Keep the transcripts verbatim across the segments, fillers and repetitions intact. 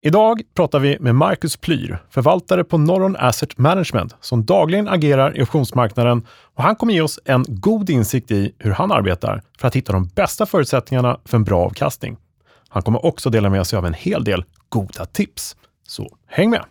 Idag pratar vi med Marcus Plyhr, förvaltare på Norron Asset Management, som dagligen agerar i optionsmarknaden, och han kommer ge oss en god insikt i hur han arbetar för att hitta de bästa förutsättningarna för en bra avkastning. Han kommer också dela med sig av en hel del goda tips. Så häng med!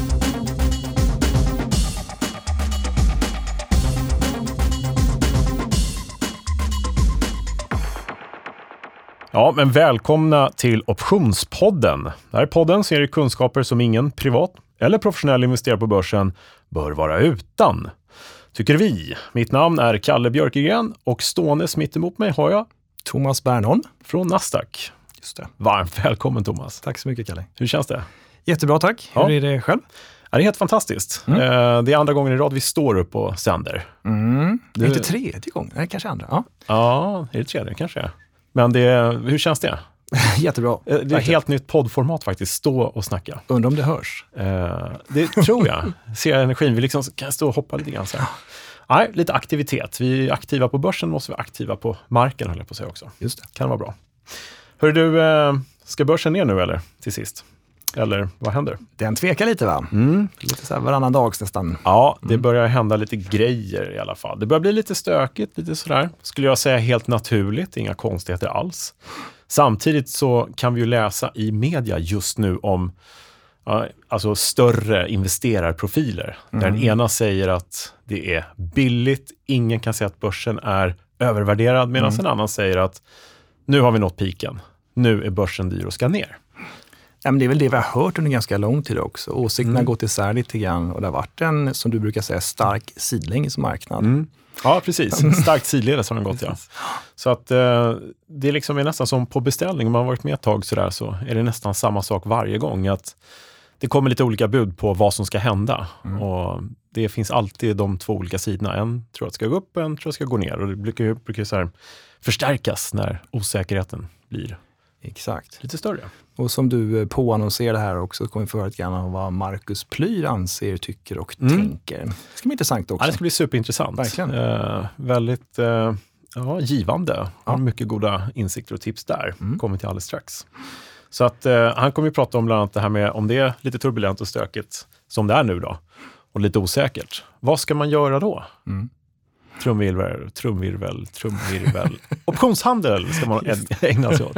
Ja, men välkomna till Optionspodden. Det här är podden som ger kunskaper som ingen privat eller professionell investerare på börsen bör vara utan. Tycker vi. Mitt namn är Kalle Björkegren och ståendes mitt emot mig har jag Thomas Bernholm från Nasdaq. Just det. Varmt välkommen Thomas. Tack så mycket Kalle. Hur känns det? Jättebra tack. Ja. Hur är det själv? Ja, det är helt fantastiskt. Mm. Eh, det är andra gången i rad vi står upp och sänder. Mm. Det- Inte tredje gången, nej kanske andra. Ja. Ja, är det tredje kanske? Men det, hur känns det? Jättebra. Eh, Det är ett Verkligen. helt nytt poddformat faktiskt, stå och snacka. Undrar om det hörs. Eh, det tror jag. Ser energin, vi liksom kan stå och hoppa lite grann så här. Nej, lite aktivitet. Vi är aktiva på börsen, måste vi vara aktiva på marken, höll jag på att säga också. Just det. Kan vara bra. Hör du, eh, ska börsen ner nu eller till sist? Eller vad händer? Den tvekar lite va? Mm. Lite så här varannan dags nästan. Ja, det börjar hända lite grejer i alla fall. Det börjar bli lite stökigt, lite sådär. Skulle jag säga helt naturligt, inga konstigheter alls. Samtidigt så kan vi ju läsa i media just nu om ja, alltså större investerarprofiler. Där den ena säger att det är billigt, ingen kan säga att börsen är övervärderad, medan Mm. en annan säger att nu har vi nått piken. Nu är börsen dyr och ska ner. Ja, men det är väl det vi har hört under ganska lång tid också. Åsikterna Mm. har gått isär lite grann och det har varit en, som du brukar säga, stark sidlängdsmarknad. Mm. Ja, precis. Starkt sidledes har den gått, ja. Så att eh, det är liksom är nästan som på beställning. Om man har varit med ett tag sådär så är det nästan samma sak varje gång. Att det kommer lite olika bud på vad som ska hända. Mm. Och det finns alltid de två olika sidorna. En tror att det ska gå upp, en tror att det ska gå ner. Och det brukar ju brukar så här förstärkas när osäkerheten blir Exakt. lite större. Och som du eh, påannonserade här också kommer vi få höra lite grann om vad Marcus Plyhr anser, tycker och Mm. tänker. Det ska bli intressant också. Ja, det ska bli superintressant. Verkligen. Eh, väldigt eh, ja, givande. Ja. Har mycket goda insikter och tips där. Mm. Kommer till alldeles strax. Så att eh, han kommer ju prata om bland annat det här med om det är lite turbulent och stökigt som det är nu då. Och lite osäkert. Vad ska man göra då? Mm. Trumvirvel, trumvirvel, trumvirvel. Optionshandel ska man ä- ägna sig åt.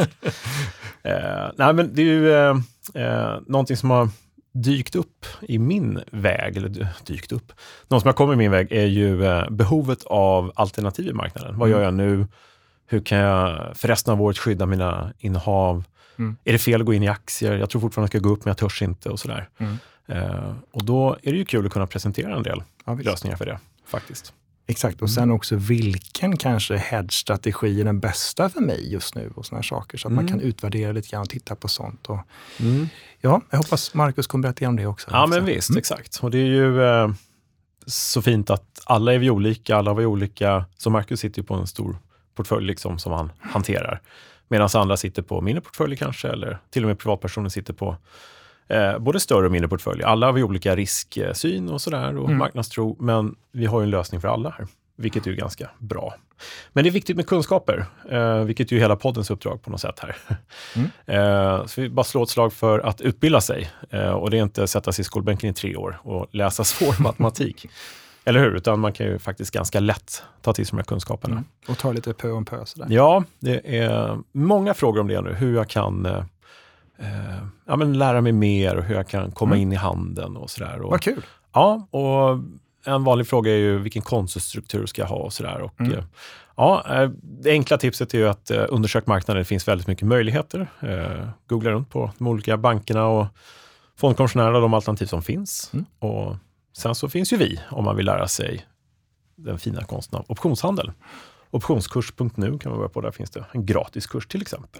Eh, nej men det är ju eh, eh, någonting som har dykt upp i min väg, eller dy- dykt upp. Något som har kommit i min väg är ju eh, behovet av alternativ i marknaden. Vad gör jag nu? Hur kan jag för resten av året skydda mina innehav? Mm. Är det fel att gå in i aktier? Jag tror fortfarande att jag ska gå upp men jag törs inte och sådär. Mm. Eh, och då är det ju kul att kunna presentera en del Ja, visst. lösningar för det faktiskt. Exakt, och sen också vilken kanske hedge-strategi är den bästa för mig just nu och såna här saker. Så att man Mm. kan utvärdera lite grann och titta på sånt. Och, Mm. ja, jag hoppas Marcus kommer berätta om det också. Ja, men visst, Mm. exakt. Och det är ju eh, så fint att alla är vi olika, alla var olika. Så Marcus sitter ju på en stor portfölj liksom, som han hanterar. Medan andra sitter på mindre portföljer kanske, eller till och med privatpersoner sitter på eh, både större och mindre portföljer. Alla har vi olika risksyn och sådär och Mm. marknadstro, men vi har ju en lösning för alla här, vilket är ju ganska bra. Men det är viktigt med kunskaper, eh, vilket är ju hela poddens uppdrag på något sätt här. Mm. Eh, så vi bara slår ett slag för att utbilda sig. Eh, och det är inte att sätta sig i skolbänken i tre år och läsa svår matematik. Eller hur? Utan man kan ju faktiskt ganska lätt ta till sig de här kunskaperna. Mm. Och ta lite pö om pö sådär. Ja, det är många frågor om det nu. Hur jag kan eh, eh, ja, men lära mig mer och hur jag kan komma Mm. in i handeln och sådär. Och, Vad kul. ja, och en vanlig fråga är ju vilken kontostruktur ska jag ha och sådär. Och, Mm. eh, ja, eh, det enkla tipset är ju att eh, undersöka marknaden. Det finns väldigt mycket möjligheter. Eh, googla runt på de olika bankerna och fondkommissionärerna, de alternativ som finns. Mm. Och sen så finns ju vi om man vill lära sig den fina konsten av optionshandel. Optionskurs punkt nu kan man börja på. Där finns det en gratis kurs till exempel.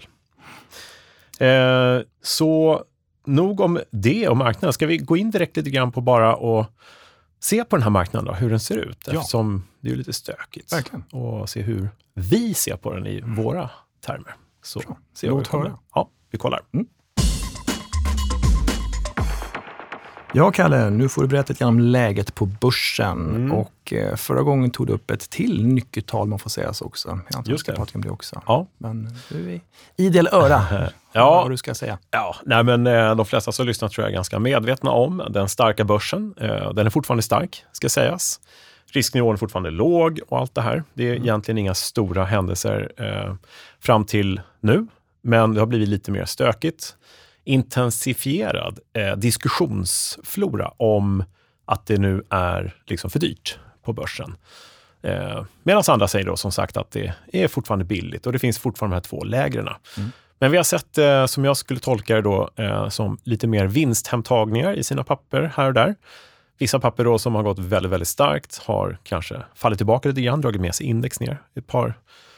Eh, så nog om det och marknaden. Ska vi gå in direkt lite grann på bara och se på den här marknaden då, hur den ser ut. Ja. Eftersom det är lite stökigt. Verkligen. Och se hur vi ser på den i våra termer. Så Bra. se vad Låt vi kommer. höra. Ja, vi kollar. Mm. Ja, Kalle, nu får du berätta lite om läget på börsen. Mm. Och eh, förra gången tog du upp ett till nyckeltal, man får säga så också. Jag antar Just att vi det. ska prata om det också. Ja. Men du är idel öra. Ja. Vad du ska säga. Ja, nej men eh, de flesta som lyssnar tror jag är ganska medvetna om den starka börsen. Eh, den är fortfarande stark, ska sägas. Risknivån är fortfarande låg och allt det här. Det är mm. egentligen inga stora händelser eh, fram till nu. Men det har blivit lite mer stökigt. Intensifierad eh, diskussionsflora om att det nu är liksom för dyrt på börsen. Eh, Medan andra säger då som sagt att det är fortfarande billigt och det finns fortfarande de här två lägrena. Mm. Men vi har sett, eh, som jag skulle tolka det då, eh, som lite mer vinsthemtagningar i sina papper här och där. Vissa papper då som har gått väldigt, väldigt starkt har kanske fallit tillbaka lite grann, dragit med sig index ner ett par,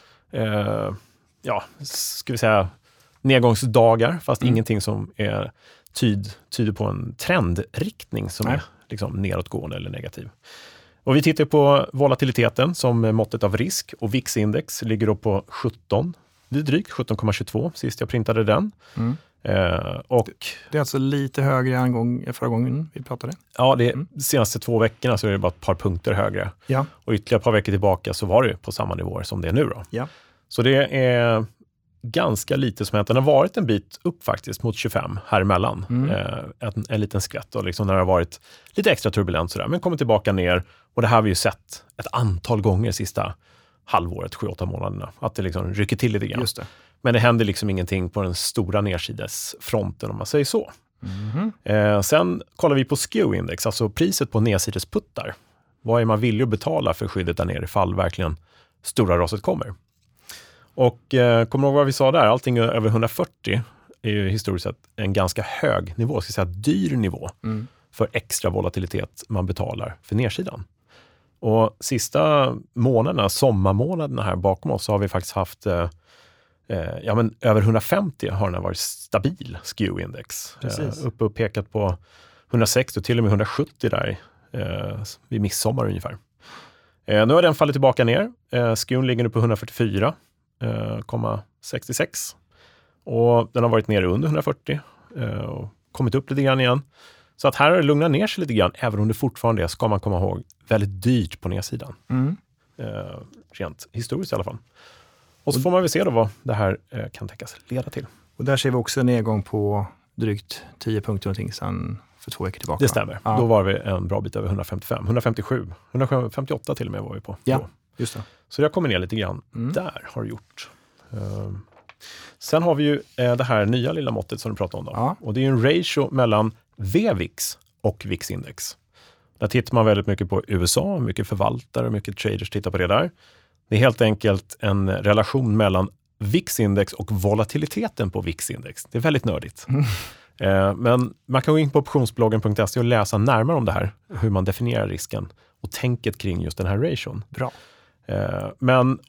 eh, ja, ska vi säga nedgångsdagar, fast mm. ingenting som är tyd, tyder på en trendriktning som Nej. är liksom nedåtgående eller negativ. Och vi tittar på volatiliteten som måttet av risk och V I X-index ligger då på sjutton. Det är drygt sjutton komma tjugotvå sist jag printade den. Mm. Eh, och det är alltså lite högre än gång, förra gången vi pratade? Ja, det mm. senaste två veckorna så är det bara ett par punkter högre. Ja. Och ytterligare ett par veckor tillbaka så var det på samma nivåer som det är nu då. Ja. Så det är ganska lite som hänt. Den har varit en bit upp faktiskt mot tjugofem här emellan. Mm. Eh, en, en liten skvätt och liksom när det har varit lite extra turbulent sådär. Men kommer tillbaka ner och det här har vi ju sett ett antal gånger sista halvåret, sju åtta månaderna. Att det liksom rycker till lite grann. Just det. Men det händer liksom ingenting på den stora nedsidesfronten om man säger så. Mm. Eh, sen kollar vi på skew-index, alltså priset på nedsidesputtar. Vad är man villig att betala för skyddet där nere ifall verkligen stora raset kommer? Och eh, kommer du ihåg vad vi sa där? Allting över hundrafyrtio är ju historiskt sett en ganska hög nivå, ska säga dyr nivå mm. för extra volatilitet man betalar för nedsidan. Och sista månaderna, sommarmånaderna här bakom oss, så har vi faktiskt haft eh, eh, ja, men över hundrafemtio har den varit stabil skew-index. Eh, uppe och pekat på hundrasextio, till och med hundrasjuttio där eh, vid midsommar ungefär. Eh, nu har den fallit tillbaka ner. Eh, skewn ligger nu på hundrafyrtiofyra komma sextiosex och den har varit nere under hundrafyrtio eh, och kommit upp lite grann igen. Så att här har det lugnat ner sig lite grann, även om det fortfarande är, ska man komma ihåg, väldigt dyrt på nedsidan. Mm. Eh, rent historiskt i alla fall. Och så får man väl se då vad det här eh, kan tänkas leda till. Och där ser vi också en nedgång på drygt tio punkter någonting sedan för två veckor tillbaka. Det stämmer. Ja. Då var vi en bra bit över hundrafemtiofem. hundrafemtiosju. hundrafemtioåtta till och med var vi på. Ja, då. Just det. Så jag kommer ner lite grann. Mm. Där har det gjort. Uh, sen har vi ju uh, det här nya lilla måttet som du pratade om då. Ja. Och det är ju en ratio mellan V V I X och V I X-index. Där tittar man väldigt mycket på U S A, mycket förvaltare och mycket traders tittar på det där. Det är helt enkelt en relation mellan V I X-index och volatiliteten på V I X-index. Det är väldigt nördigt. Mm. Uh, men man kan gå in på optionsbloggen punkt se och läsa närmare om det här. Hur man definierar risken och tänket kring just den här ration. Bra. Uh, men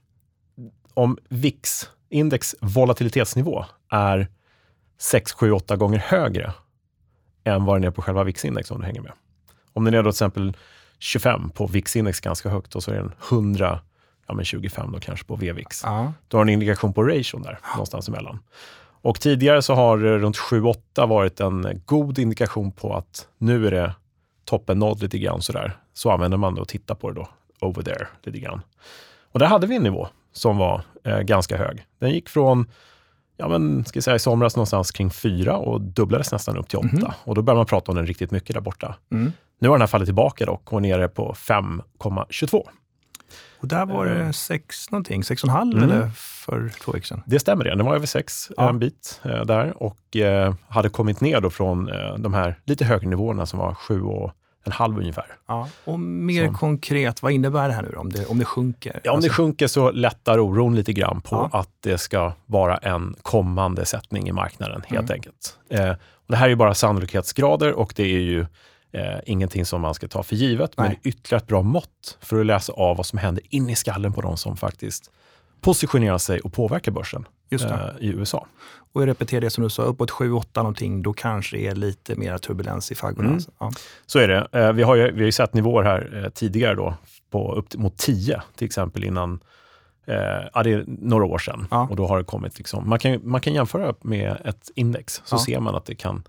om V I X-index volatilitetsnivå är sex, sju, åtta gånger högre än vad den är på själva V I X-index om du hänger med. Om den är då till exempel tjugofem på V I X-index ganska högt och så är den hundra, ja men tjugofem då kanske på V V I X. Ja. Då har en indikation på ration där, ja. Någonstans emellan. Och tidigare så har runt sju åtta varit en god indikation på att nu är det toppen nådd lite grann sådär. Så använder man det och tittar på det då, over there lite grann. Och där hade vi en nivå som var eh, ganska hög. Den gick från, ja men ska jag säga i somras någonstans kring fyra och dubblades nästan upp till åtta. Mm. Och då börjar man prata om den riktigt mycket där borta. Mm. Nu har den här fallit tillbaka dock och är nere på fem komma tjugotvå. Och där var det uh, sex någonting, sex och en halv mm. eller för två veckor sedan? Det stämmer det. Den var över sex ja. en bit eh, där och eh, hade kommit ner då från eh, de här lite högre nivåerna som var sju och en halv ungefär. Ja. Och mer så. Konkret, vad innebär det här nu då, om det, om det sjunker? Ja, om alltså. det sjunker så lättar oron lite grann på ja. att det ska vara en kommande sättning i marknaden helt mm. enkelt. Eh, och det här är ju bara sannolikhetsgrader och det är ju eh, ingenting som man ska ta för givet. Nej. Men det är ytterligare ett bra mått för att läsa av vad som händer in i skallen på de som faktiskt positionerar sig och påverkar börsen Just det. Eh, i U S A. Och jag repeterar det som du sa, uppåt sju åtta någonting, då kanske det är lite mer turbulens i faggorna. Mm. Alltså. Ja. Så är det. Eh, vi har ju vi har ju sett nivåer här eh, tidigare då, på upp mot tio till exempel innan, eh, ja, det är några år sedan. Ja. Och då har det kommit liksom, man kan, man kan jämföra med ett index så ja. ser man att det kan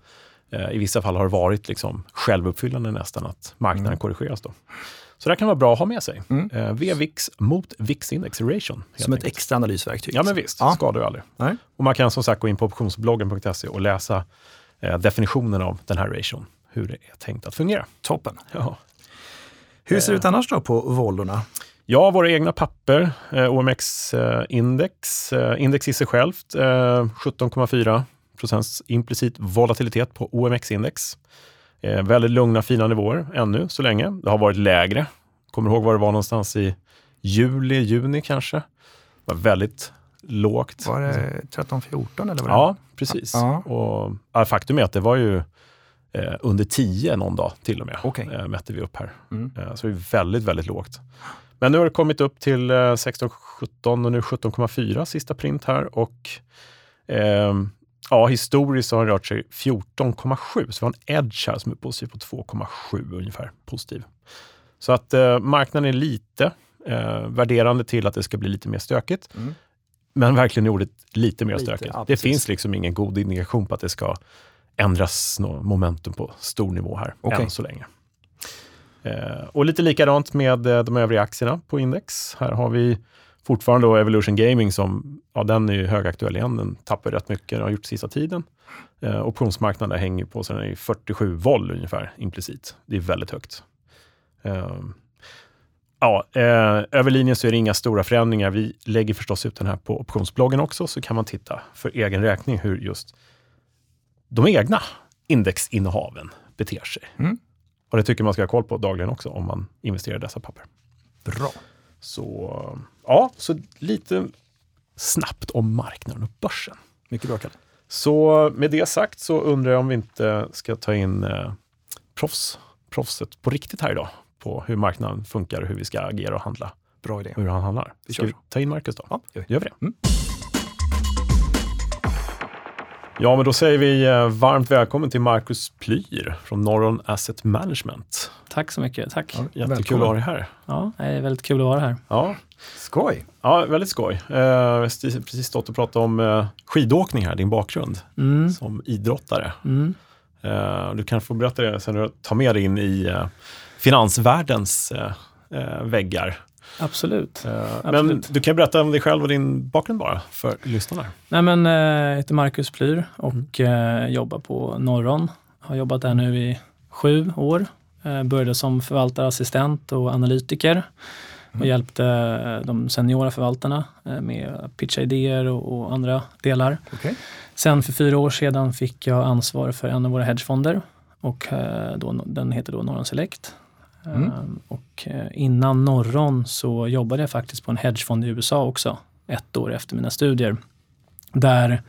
I vissa fall har det varit liksom självuppfyllande nästan att marknaden mm. korrigeras då. Så det kan vara bra att ha med sig. Mm. Eh, V V I X mot V I X-index ration. Som ett extra analysverktyg. Ja, men visst. Ja. Skadar ju aldrig. Nej. Och man kan som sagt gå in på optionsbloggen punkt se och läsa eh, definitionen av den här ration. Hur det är tänkt att fungera. Toppen. Ja. Hur ser det ut annars då på vollorna? Ja, våra egna papper. Eh, O M X-index. Eh, index i sig självt. Eh, sjutton komma fyra procents implicit volatilitet på O M X-index. Eh, väldigt lugna, fina nivåer ännu så länge. Det har varit lägre. Kommer ihåg var det var någonstans i juli, juni kanske. Det var väldigt lågt. Var det tretton fjorton eller vad det? Ja, precis. Ja. Och, ja, faktum är att det var ju eh, under tio någon dag till och med. Okay. Eh, mätte vi upp här. Mm. Eh, så det är väldigt, väldigt lågt. Men nu har det kommit upp till eh, sexton sjutton och nu sjutton komma fyra sista print här. Och eh, ja, historiskt så har det rört sig fjorton komma sju. Så vi har en edge här som är positiv på två komma sju ungefär positiv. Så att eh, marknaden är lite eh, värderande till att det ska bli lite mer stökigt. Mm. Men verkligen ordet lite mer lite, stökigt. Ja, det finns liksom ingen god indikation på att det ska ändras något momentum på stor nivå här okay. än så länge. Eh, och lite likadant med eh, de övriga aktierna på index. Här har vi fortfarande då Evolution Gaming som, ja den är ju högaktuell igen. Den tappar rätt mycket, den har gjort sista tiden. Eh, optionsmarknaden hänger på sig, den är fyrtiosju vol ungefär implicit. Det är väldigt högt. Eh, ja, eh, över linjen så är det inga stora förändringar. Vi lägger förstås ut den här på optionsbloggen också, så kan man titta för egen räkning hur just de egna indexinnehaven beter sig. Mm. Och det tycker man ska ha koll på dagligen också om man investerar i dessa papper. Bra. Så ja, så lite snabbt om marknaden och börsen. Mycket bra, Kalle. Så med det sagt så undrar jag om vi inte ska ta in eh, proffs, proffset på riktigt här idag på hur marknaden funkar och hur vi ska agera och handla. Bra idé. Hur han handlar. Vi ska vi ta in Marcus då? Ja, gör vi, gör vi det. Mm. Ja, men då säger vi eh, varmt välkommen till Marcus Plyhr från Norron Asset Management. Tack så mycket, tack. Ja, jättekul välkommen. Att ha dig här. Ja, det är väldigt kul att vara här. Ja. Skoj. Ja, väldigt skoj. Eh, jag har precis stått och pratat om eh, skidåkning här, din bakgrund mm. som idrottare. Mm. Eh, du kan få berätta det sen du tar med dig in i eh, finansvärldens eh, väggar. Absolut. Uh, Absolut. Men du kan berätta om dig själv och din bakgrund bara för lyssnarna. Nej, men, uh, jag heter Marcus Plyhr och mm. uh, jobbar på Norron. Har jobbat där nu i sju år. Uh, började som förvaltarassistent och analytiker. Mm. Och hjälpte uh, de seniora förvaltarna uh, med pitchidéer och, och andra delar. Okay. Sen för fyra år sedan fick jag ansvar för en av våra hedgefonder. Och uh, då, den heter då Norron Select. Mm. Um, och uh, innan Norron så jobbade jag faktiskt på en hedgefond i U S A också, ett år efter mina studier. Där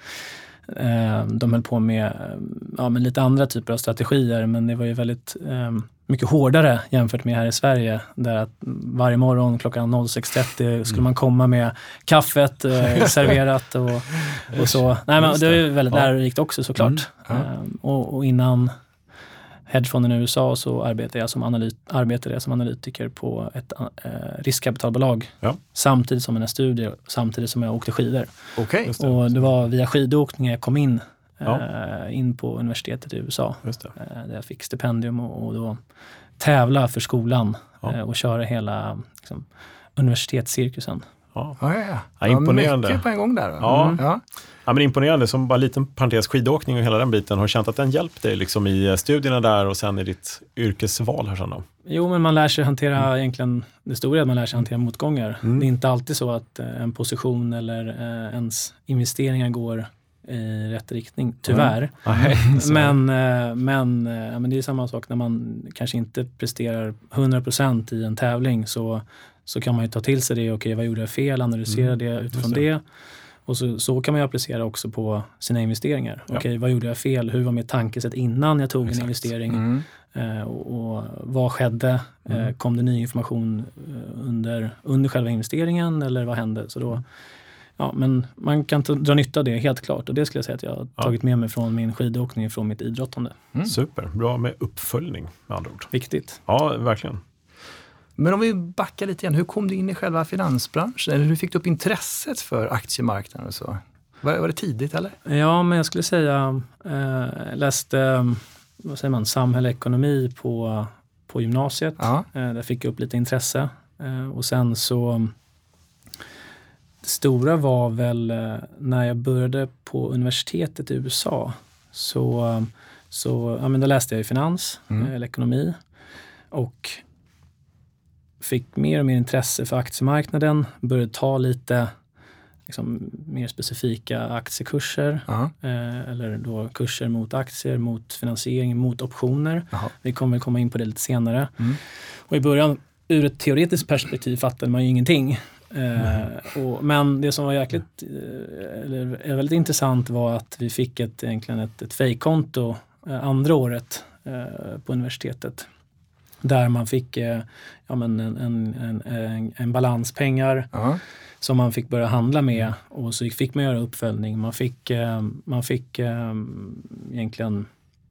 uh, de höll på med, uh, ja, med lite andra typer av strategier, men det var ju väldigt um, mycket hårdare jämfört med här i Sverige. Där att varje morgon klockan sex trettio skulle man komma med kaffet uh, serverat och, och så. Nej, men det var ju väldigt ja. lärorikt också såklart. Mm. Ja. Um, och, och innan hedgefonden i U S A så arbetade jag som, analyt- arbetade jag som analytiker på ett äh, riskkapitalbolag. Ja. Samtidigt som mina studier, samtidigt som jag åkte skidor. Okay. Det. Och det var via skidåkning jag kom in, ja. äh, in på universitetet i U S A. Just det. Äh, där jag fick stipendium och, och då tävla för skolan ja. äh, och köra hela liksom, universitetscirkusen. Ja. Ja, ja, ja. Ja, imponerande. Mycket på en gång där. Ja. Mm. Ja. Ja, men imponerande. Som bara en liten parentes, skidåkning och hela den biten. Har du känt att den hjälpt dig liksom i studierna där och sen i ditt yrkesval här sen då? Jo, men man lär sig hantera mm. egentligen det stora är att man lär sig hantera motgångar. Mm. Det är inte alltid så att eh, en position eller eh, ens investeringar går i rätt riktning, tyvärr. Mm. men, eh, men, eh, men det är samma sak när man kanske inte presterar hundra procent i en tävling, så, så kan man ju ta till sig det. Okej, vad gjorde jag fel? Analysera mm. det utifrån det. det. Och så, så kan man ju applicera också på sina investeringar. Ja. Okej, vad gjorde jag fel? Hur var mitt tankesätt innan jag tog Exakt. en investering? Mm. Eh, och, och vad skedde? Mm. Eh, kom det ny information under, under själva investeringen? Eller vad hände? Så då, ja, men man kan ta, dra nytta av det helt klart. Och det skulle jag säga att jag har ja. tagit med mig från min skidåkning, från mitt idrottande. Mm. Super, bra med uppföljning med andra ord. Viktigt. Ja, verkligen. Men om vi backar lite igen, hur kom du in i själva finansbranschen? Eller hur fick du upp intresset för aktiemarknaden och så? Var, var det tidigt eller? Ja, men jag skulle säga, eh, läste vad säger man, samhällsekonomi på, på gymnasiet. Ja. Eh, där fick jag upp lite intresse. Eh, och sen så, det stora var väl eh, när jag började på universitetet i U S A. Så, så ja, men då läste jag i finans, mm. eller ekonomi. Och fick mer och mer intresse för aktiemarknaden. Började ta lite liksom, mer specifika aktiekurser. Uh-huh. eh, eller då kurser mot aktier, mot finansiering, mot optioner. Uh-huh. Vi kommer komma in på det lite senare. Mm. Och i början, ur ett teoretiskt perspektiv, fattade man ju ingenting. Eh, och, men det som var jäkligt, eh, eller väldigt intressant var att vi fick ett, egentligen ett, ett fejkkonto eh, andra året eh, på universitetet. Där man fick eh, ja, men en, en, en, en, en balans pengar uh-huh. som man fick börja handla med. Och så fick man göra uppföljning. Man fick, eh, man fick eh, egentligen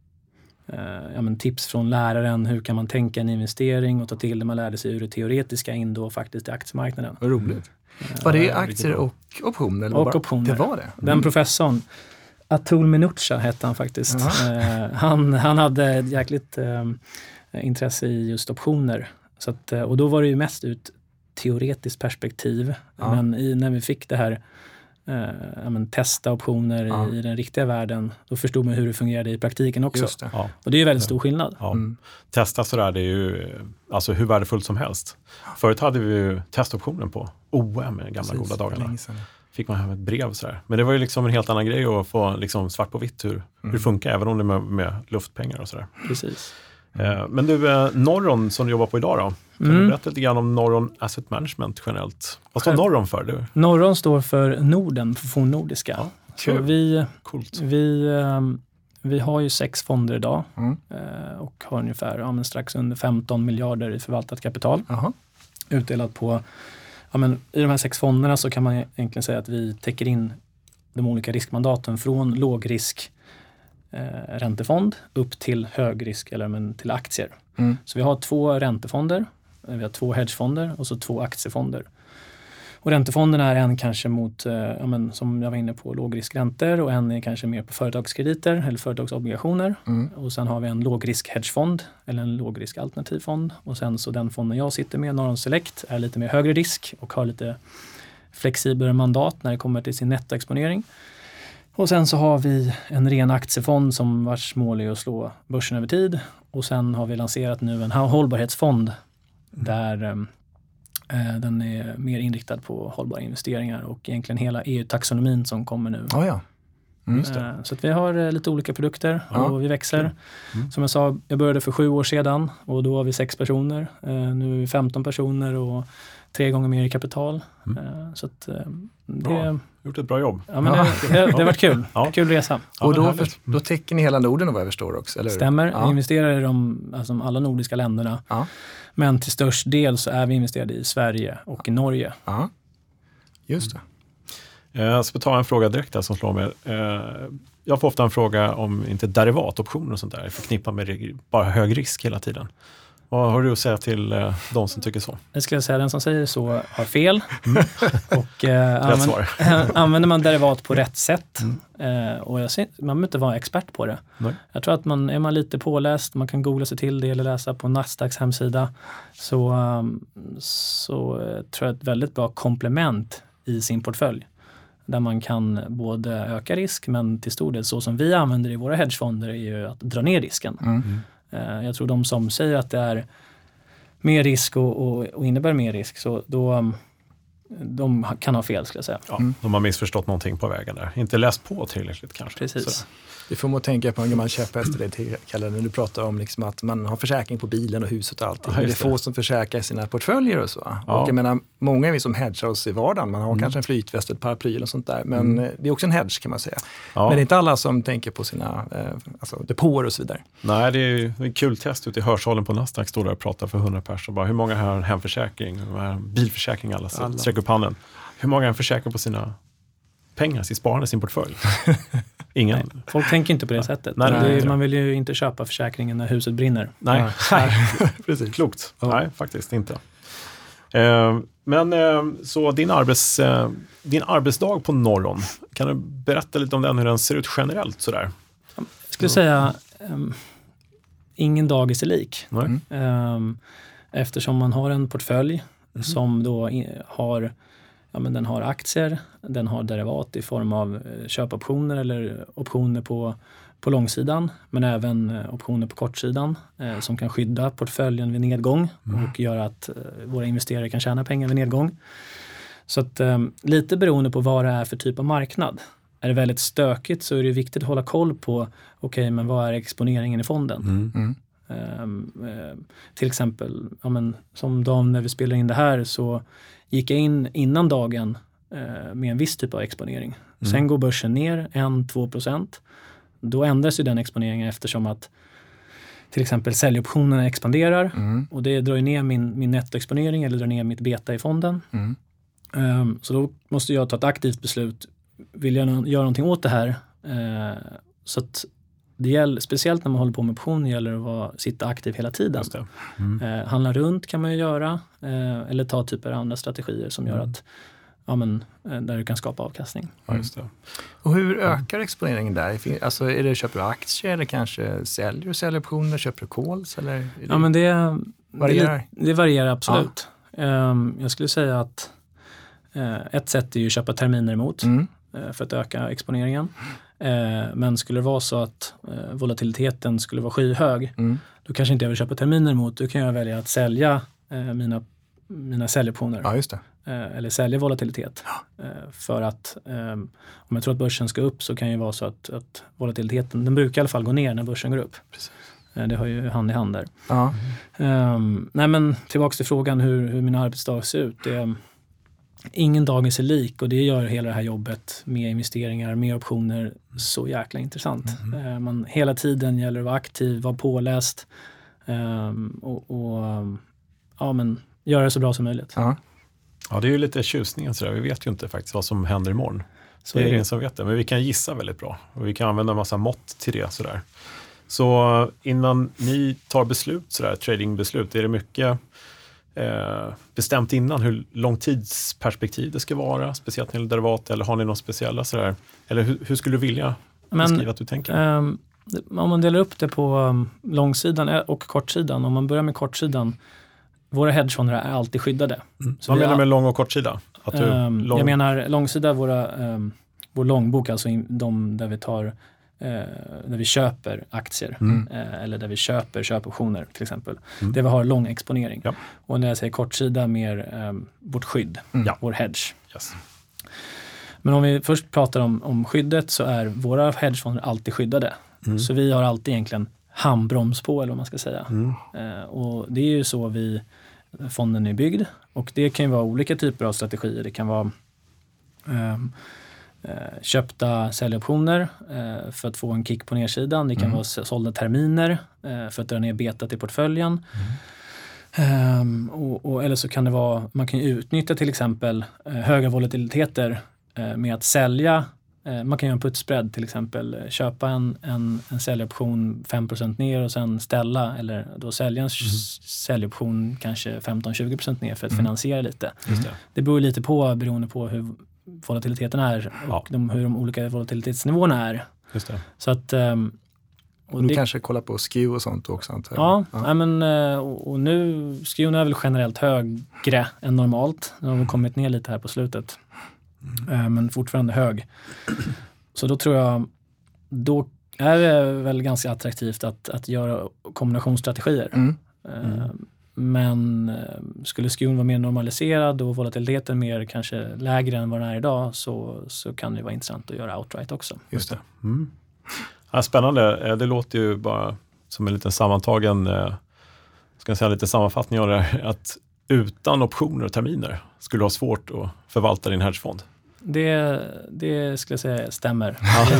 eh, ja, men tips från läraren. Hur kan man tänka en investering och ta till det man lärde sig ur det teoretiska in då faktiskt i aktiemarknaden. Vad roligt. Eh, var det aktier och optioner? Eller och bara? optioner. Det var det. Mm. Den professorn, Atul Minucha hette han faktiskt. Uh-huh. eh, han, han hade ett jäkligt... Eh, intresse i just optioner. Så att, och då var det ju mest ut teoretiskt perspektiv. Ja. Men i, när vi fick det här eh, ja, men testa optioner ja. i, i den riktiga världen, då förstod man hur det fungerade i praktiken också. Just det. Ja. Och det är ju väldigt stor skillnad. Ja. Mm. Testa sådär, det är ju alltså hur värdefullt som helst. Förut hade vi ju testoptionen på O M i gamla Precis, goda dagarna. Fick man hem ett brev sådär. Men det var ju liksom en helt annan grej att få liksom svart på vitt hur, mm. hur det funkar, även om det är med, med luftpengar och sådär. Precis. Mm. Men du, Norron som du jobbar på idag då, kan mm. du berätta lite grann om Norron Asset Management generellt? Vad står Norron för? Du? Norron står för Norden, för fornnordiska. Ja, så vi, vi, vi har ju sex fonder idag mm. och har ungefär ja, men strax under femton miljarder i förvaltat kapital. Aha. Utdelat på, ja, men i de här sex fonderna så kan man egentligen säga att vi täcker in de olika riskmandaten från lågrisk Eh, räntefond upp till högrisk eller men till aktier. Mm. Så vi har två räntefonder, vi har två hedgefonder och så två aktiefonder. Och räntefonderna är en kanske mot, eh, ja, men, som jag var inne på, lågriskräntor och en är kanske mer på företagskrediter eller företagsobligationer. Mm. Och sen har vi en lågrisk hedgefond eller en lågrisk alternativfond. Och sen så den fonden jag sitter med, Norron Select, är lite mer högre risk och har lite flexiblare mandat när det kommer till sin nettoexponering. Och sen så har vi en ren aktiefond som vars mål är att slå börsen över tid. Och sen har vi lanserat nu en hållbarhetsfond mm. där eh, den är mer inriktad på hållbara investeringar och egentligen hela E U-taxonomin som kommer nu. Oh ja. Mm, just det. Eh, så att vi har eh, lite olika produkter ja. och vi växer. Mm. Som jag sa, jag började för sju år sedan och då var vi sex personer. Eh, nu är vi femton personer och tre gånger mer i kapital. Mm. Eh, så att eh, det... Bra. Gjort ett bra jobb. Ja, men det, det, det har varit kul. Ja. Kul resa. Ja, och då, för, då täcker ni hela Norden vad jag förstår också, eller hur? Stämmer. Ja. Vi investerar i de, alltså alla nordiska länderna. Ja. Men till störst del så är vi investerade i Sverige och i Norge. Ja, just det. Jag ska ta en fråga direkt där som slår mig. Jag får ofta en fråga om inte derivatoptioner och sånt där. Förknippar med bara hög risk hela tiden. Vad har du att säga till eh, de som tycker så? Jag skulle säga att den som säger så har fel. Mm. och, eh, rätt svar. använder man derivat på rätt sätt mm. eh, och jag ser, man behöver inte vara expert på det. Nej. Jag tror att man är man lite påläst, man kan googla sig till det eller läsa på Nasdaqs hemsida, så, um, så uh, tror jag ett väldigt bra komplement i sin portfölj. Där man kan både öka risk, men till stor del så som vi använder i våra hedgefonder är ju att dra ner risken. Mm. Jag tror de som säger att det är mer risk och, och, och innebär mer risk, så då de kan ha fel, skulle jag säga. Ja, mm. De har missförstått någonting på vägen där. Inte läst på tillräckligt kanske. Precis. Sådär. Det får man att tänka på en gammal käpphäst till Kalle, när du pratar om liksom att man har försäkring på bilen och huset och allting. Ja, det är få som försäkrar sina portföljer och så. Ja. Och jag menar, många är vi som hedgar oss i vardagen. Man har mm. kanske en flytväst, ett paraply eller sånt där. Men mm. det är också en hedge, kan man säga. Ja. Men det är inte alla som tänker på sina eh, alltså, depåer och så vidare. Nej, det är ju en kul test ute i hörsalen på Nasdaq. Står där och pratar för hundra personer. Bara, hur många har en hemförsäkring? Bilförsäkring, alla. alla. Sträck upp handen. Hur många har en försäkring på sina pengar, sitt sparande, sin portfölj? Ingen. Nej, folk tänker inte på det ja. sättet. Nej, nej, nej. Man vill ju inte köpa försäkringen när huset brinner. Nej, nej. Precis. Klokt. Ja. Nej, faktiskt inte. Uh, Men eh, så din, arbets, eh, din arbetsdag på Norron, kan du berätta lite om den, hur den ser ut generellt sådär? Jag skulle säga um, ingen dag är sig lik. Mm. Um, eftersom man har en portfölj mm. som då i, har, ja, men den har aktier, den har derivat i form av eh, köpoptioner eller optioner på, på långsidan, men även eh, optioner på kortsidan eh, som kan skydda portföljen vid nedgång mm. och göra att eh, våra investerare kan tjäna pengar vid nedgång. Så att eh, lite beroende på vad det är för typ av marknad. Är det väldigt stökigt så är det viktigt att hålla koll på, okej, okay, men vad är exponeringen i fonden? Mm. Mm. Um, uh, till exempel, ja, men, som dagen när vi spelar in det här så gick jag in innan dagen uh, med en viss typ av exponering. Mm. Sen går börsen ner en till två procent. Då ändras ju den exponeringen eftersom att till exempel säljoptionerna expanderar mm. och det drar ner min, min nettoexponering eller drar ner mitt beta i fonden. Mm. Um, så då måste jag ta ett aktivt beslut. Vill jag no- göra någonting åt det här? Uh, så att det gäller, speciellt när man håller på med optioner gäller det att vara, sitta aktiv hela tiden. Mm. Uh, handla runt kan man ju göra. Uh, eller ta typer av andra strategier som gör att ja, men, där du kan skapa avkastning. Ja, just det. Och hur ökar exponeringen där? Alltså är det, köper du aktier eller kanske säljer du säljoptioner? Köper du calls? Eller det, ja, men det varierar, det, det varierar absolut. Ja. Um, jag skulle säga att uh, ett sätt är ju att köpa terminer emot mm. uh, för att öka exponeringen. Uh, men skulle det vara så att uh, volatiliteten skulle vara skyhög, mm. då kanske inte jag vill köpa terminer emot. Då kan jag välja att sälja uh, mina, mina säljoptioner. Ja, just det. Eller sälja volatilitet. Ja. För att um, om jag tror att börsen ska upp så kan det ju vara så att, att volatiliteten, den brukar i alla fall gå ner när börsen går upp. Precis. Det har ju hand i hand där. Ja. Um, nej men tillbaka till frågan hur, hur min arbetsdag ser ut. Det är, ingen dag är sig lik och det gör hela det här jobbet med investeringar, med optioner så jäkla intressant. Mm. Uh, man, hela tiden gäller att vara aktiv, vara påläst um, och, och um, ja, men, göra det så bra som möjligt. Ja. Ja, det är ju lite tjusningen sådär. Vi vet ju inte faktiskt vad som händer imorgon. Så det är ingen som vet det, men vi kan gissa väldigt bra. Och vi kan använda en massa mått till det sådär. Så innan ni tar beslut sådär, tradingbeslut, är det mycket eh, bestämt innan hur lång tidsperspektiv det ska vara, speciellt när det gäller derivat, eller har ni något speciella sådär? Eller hur, hur skulle du vilja beskriva men, att du tänker? Um, om man delar upp det på um, långsidan och kortsidan, om man börjar med kortsidan, våra hedgefonder är alltid skyddade. Mm. Vad menar du med lång och kortsida? Att du, um, lång... Jag menar långsida, våra, um, vår långbok, alltså de där vi tar, uh, där vi köper aktier mm. uh, eller där vi köper köpoptioner till exempel. Mm. Där vi har lång exponering. Ja. Och när jag säger kortsida, mer um, vårt skydd, mm. vår hedge. Yes. Men om vi först pratar om, om skyddet så är våra hedgefonder alltid skyddade. Mm. Så vi har alltid egentligen handbroms på, eller vad man ska säga. Mm. Uh, och det är ju så vi fonden är byggd, och det kan ju vara olika typer av strategier. Det kan vara eh, köpta säljoptioner eh, för att få en kick på nedsidan. Det kan mm. vara sålda terminer eh, för att dra ner betat i portföljen. Mm. Eh, och, och, eller så kan det vara, man kan utnyttja till exempel eh, höga volatiliteter eh, med att sälja. Man kan göra en put-spread till exempel, köpa en, en, en säljoption fem procent ner och sen ställa, eller då sälja en mm. säljoption kanske femton till tjugo procent ner för att mm. finansiera lite. Just det. Det beror lite på, beroende på hur volatiliteten är och ja. de, hur de olika volatilitetsnivåerna är. Just det. Så att, och du det, kanske kollar på skew och sånt också, antar jag. Ja, ja. men, och, och nu, skewen är väl generellt högre än normalt. De har kommit ner lite här på slutet. Mm. Men fortfarande hög. Så då tror jag, då är det väl ganska attraktivt att, att göra kombinationsstrategier. Mm. Mm. Men skulle skewen vara mer normaliserad och volatiliteten mer kanske lägre än vad den är idag, så, så kan det vara intressant att göra outright också. Just det. Mm. Ja, spännande. Det låter ju bara som en liten sammantagen, ska jag säga, lite sammanfattning av det här, att utan optioner och terminer skulle du ha svårt att förvalta din hedgefond. Det, det skulle jag säga stämmer.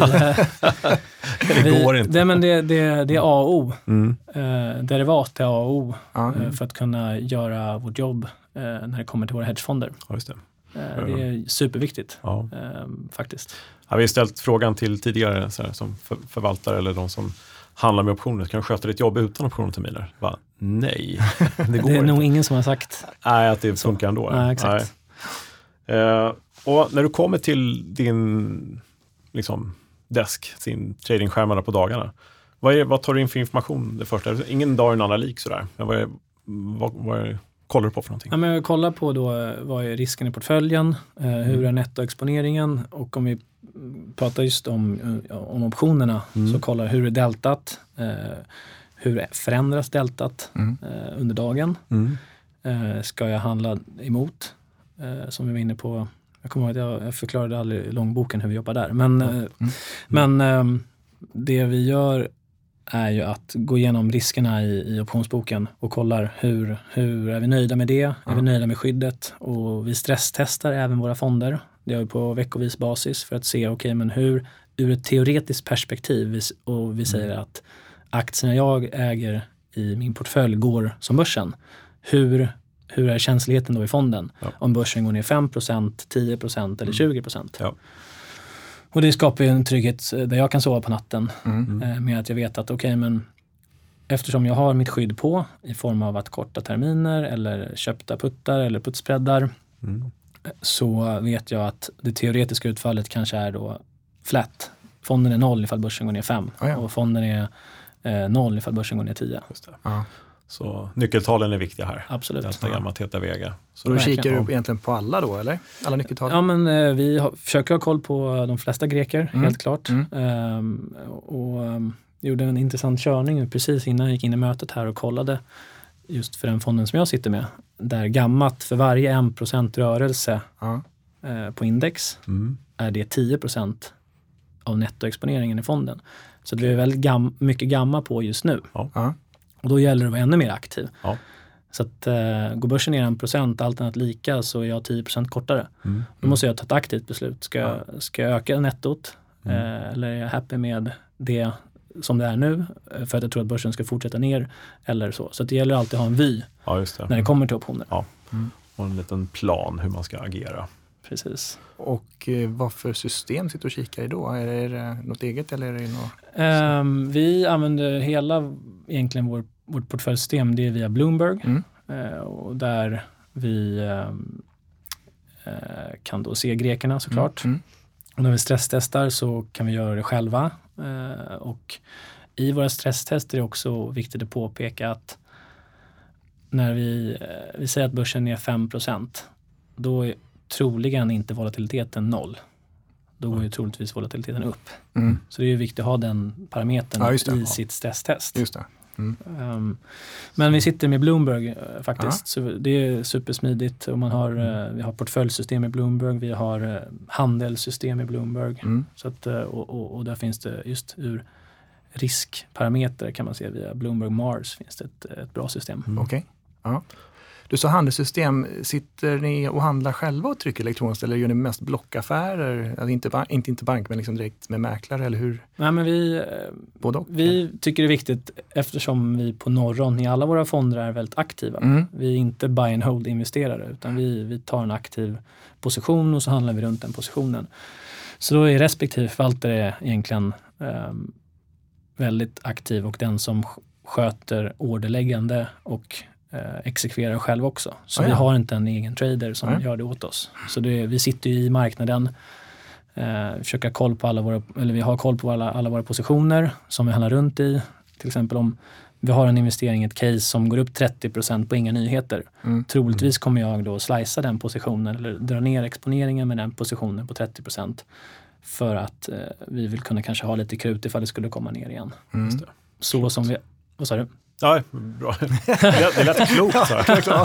det går inte. Det, men det, det, det är A och O. Mm. Eh, derivat är A och O mm. eh, för att kunna göra vårt jobb eh, när det kommer till våra hedgefonder. Ja, just det. Eh, det är superviktigt ja. eh, faktiskt. Ja, vi har ställt frågan till tidigare så här, som för, förvaltare eller de som handla med optioner, kan du sköta ditt jobb utan optionterminer? Bara, nej, det går Det är inte. nog ingen som har sagt. Nej, att det funkar ändå. Nej, exakt. Nej. Uh, och när du kommer till din liksom, desk, sin tradingskärmar på dagarna, vad, är, vad tar du in för information det första? Ingen dag är en analyk sådär, men vad, är, vad, vad är, kollar du på för någonting? Ja, men jag kollar på då, vad är risken i portföljen, eh, hur är nettoexponeringen, och om vi pratar just om, om optionerna mm. så kollar hur är deltat, eh, hur förändras deltat mm. eh, under dagen. Mm. Eh, ska jag handla emot, eh, som vi var inne på. Jag kommer ihåg att jag, jag förklarade aldrig i långboken hur vi jobbar där. Men, mm. eh, men eh, det vi gör är ju att gå igenom riskerna i, i optionsboken och kollar hur, hur är vi nöjda med det, mm. är vi nöjda med skyddet, och vi stresstestar även våra fonder. Det gör vi på veckovis basis för att se, okej, okay, men hur ur ett teoretiskt perspektiv, och vi säger mm. att aktierna jag äger i min portfölj går som börsen. Hur, hur är känsligheten då i fonden? Ja. Om börsen går ner fem procent, tio procent eller tjugo procent. Ja. Och det skapar ju en trygghet där jag kan sova på natten mm. med att jag vet att okej, okay, men eftersom jag har mitt skydd på i form av att korta terminer eller köpta puttar eller puttspreadar mm. så vet jag att det teoretiska utfallet kanske är då flat. Fonden är noll ifall börsen går ner fem oh ja. och fonden är eh, noll ifall börsen går ner tio. Just det. Ja. Så nyckeltalen är viktiga här. Absolut. Delta, gamma, teta, vega. Så då kikar du egentligen på alla då, eller? Alla nyckeltal? Ja, men eh, vi har, försöker ha koll på de flesta greker, mm. helt klart. Mm. Ehm, och um, gjorde en intressant körning precis innan jag gick in i mötet här och kollade just för den fonden som jag sitter med. Där gammat för varje en procent rörelse ja. eh, på index mm. är det tio procent av nettoexponeringen i fonden. Så det är väldigt gam- mycket gamma på just nu. Ja. Och då gäller det att vara ännu mer aktiv. Ja. Så att uh, går börsen ner en procent, allt annat lika, så är jag tio procent kortare. Mm. Då måste jag ta ett aktivt beslut. Ska, ja. ska jag öka nettot? Mm. Uh, eller är jag happy med det som det är nu? För att jag tror att börsen ska fortsätta ner. Eller så. Så att det gäller alltid att ha en vy ja, just det. när det kommer till optioner. Ja. Mm. Och en liten plan hur man ska agera. Precis. Och eh, vad för system sitter du och kikar i då? Är det, är det något eget eller är det något? Um, vi använder hela egentligen vår, vårt portföljsystem, det är via Bloomberg. Mm. Uh, och där vi um, uh, kan då se grekerna såklart. Mm. Mm. Och när vi stresstestar så kan vi göra det själva. Uh, och i våra stresstester är det också viktigt att påpeka att när vi, uh, vi säger att börsen är fem procent, då är troligen inte volatiliteten noll. Då går ju troligtvis volatiliteten upp. Mm. Så det är ju viktigt att ha den parametern ja, i ja. sitt stresstest. Just det. Mm. Um, men vi sitter med Bloomberg uh, faktiskt. Så det är supersmidigt. Och man har, uh, vi har portföljsystem i Bloomberg. Vi har uh, handelssystem i Bloomberg. Mm. Så att, uh, och, och, och där finns det just ur riskparameter kan man se via Bloomberg Mars finns det ett, ett bra system. Mm. Okej. Okay. Ja. Du sa handelssystem, sitter ni och handlar själva och trycker elektroniskt eller gör ni mest blockaffärer? Alltså inte, ba- inte, inte bank men liksom direkt med mäklare eller hur? Nej, men vi, Både och, vi tycker det är viktigt eftersom vi på Norron i alla våra fonder är väldigt aktiva. Mm. Vi är inte buy and hold investerare utan vi, vi tar en aktiv position och så handlar vi runt den positionen. Så då är respektive förvaltare egentligen um, väldigt aktiv och den som sköter orderläggande och Eh, exekverar själv också. Så ah, ja. vi har inte en egen trader som ah. gör det åt oss. Så det, vi sitter ju i marknaden, eh, försöker ha koll på alla våra, eller vi har koll på alla, alla våra positioner som vi handlar runt i. Till exempel om vi har en investering i ett case som går upp trettio procent på inga nyheter. Mm. Troligtvis kommer jag då slicea den positionen eller dra ner exponeringen med den positionen på trettio procent för att eh, vi vill kunna kanske ha lite krut ifall det skulle komma ner igen. Mm. Så Klokt. som vi, vad sa du? Ja, bra. Det lät klokt. Så.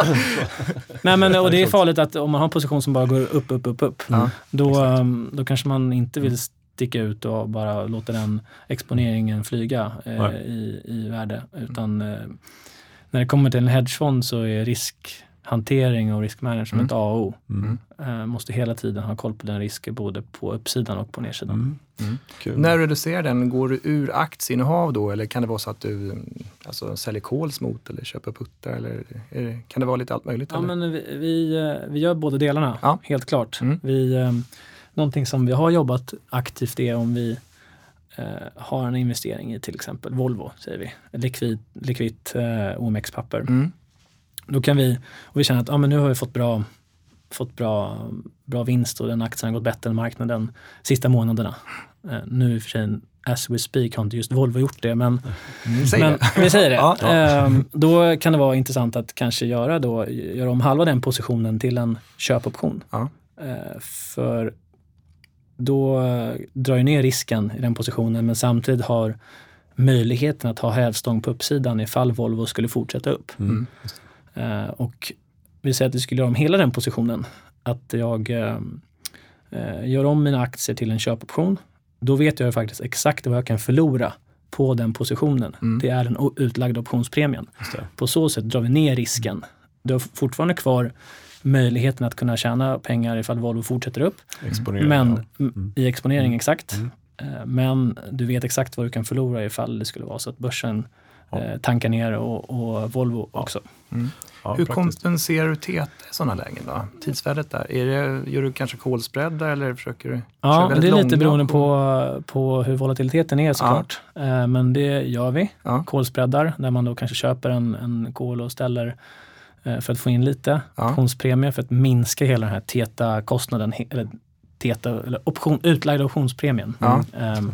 Nej, men, och det är farligt att om man har en position som bara går upp, upp, upp, upp. Mm. Då, då kanske man inte vill sticka ut och bara låta den exponeringen flyga eh, i, i värde. Utan eh, när det kommer till en hedgefond så är riskhantering och riskmanagement mm. A och O. Mm. Eh, måste hela tiden ha koll på den risken både på uppsidan och på nedsidan. Mm. Mm. Cool. När du reducerar den, går du ur aktieinnehav då eller kan det vara så att du alltså, säljer calls mot eller köper puttar eller det, kan det vara lite allt möjligt? Ja, eller? men vi, vi, vi gör båda delarna, ja. helt klart. Mm. Vi, eh, någonting som vi har jobbat aktivt är om vi eh, har en investering i till exempel Volvo, säger vi, likvid, likvitt eh, O M X-papper. Mm. Då kan vi, och vi känner att ah, men nu har vi fått bra fått bra, bra vinst och den aktien har gått bättre än marknaden sista månaderna. Eh, nu i och för sig, as we speak, har inte just Volvo gjort det, men, mm, säger men det. vi säger det. ja, ja. Eh, då kan det vara intressant att kanske göra, då, göra om halva den positionen till en köpoption. Ja. Eh, för då drar ju ner risken i den positionen, men samtidigt har möjligheten att ha hävstång på uppsidan ifall Volvo skulle fortsätta upp. Mm. Eh, och vi säger att vi skulle göra om hela den positionen. Att jag eh, gör om mina aktier till en köpoption. Då vet jag faktiskt exakt vad jag kan förlora på den positionen. Mm. Det är den utlagda optionspremien. På så sätt drar vi ner risken. Mm. Du har fortfarande kvar möjligheten att kunna tjäna pengar ifall Volvo fortsätter upp. Exponering, men ja. mm. i exponering mm. exakt. Mm. Men du vet exakt vad du kan förlora ifall det skulle vara så att börsen ja. eh, tankar ner och, och Volvo ja. också. Mm. Ja, hur praktiskt. Kompenserar du T T i sådana lägen då? Tidsvärdet där? Är det, gör du kanske kolspreadar eller försöker du? Ja, det är lite beroende på, på hur volatiliteten är såklart. Ja. Eh, men det gör vi. Ja. Kolspreadar där man då kanske köper en, en kol och ställer eh, för att få in lite ja. optionspremie för att minska hela den här T T A-kostnaden eller T T A, eller option, utlagda optionspremien. Ja. Um,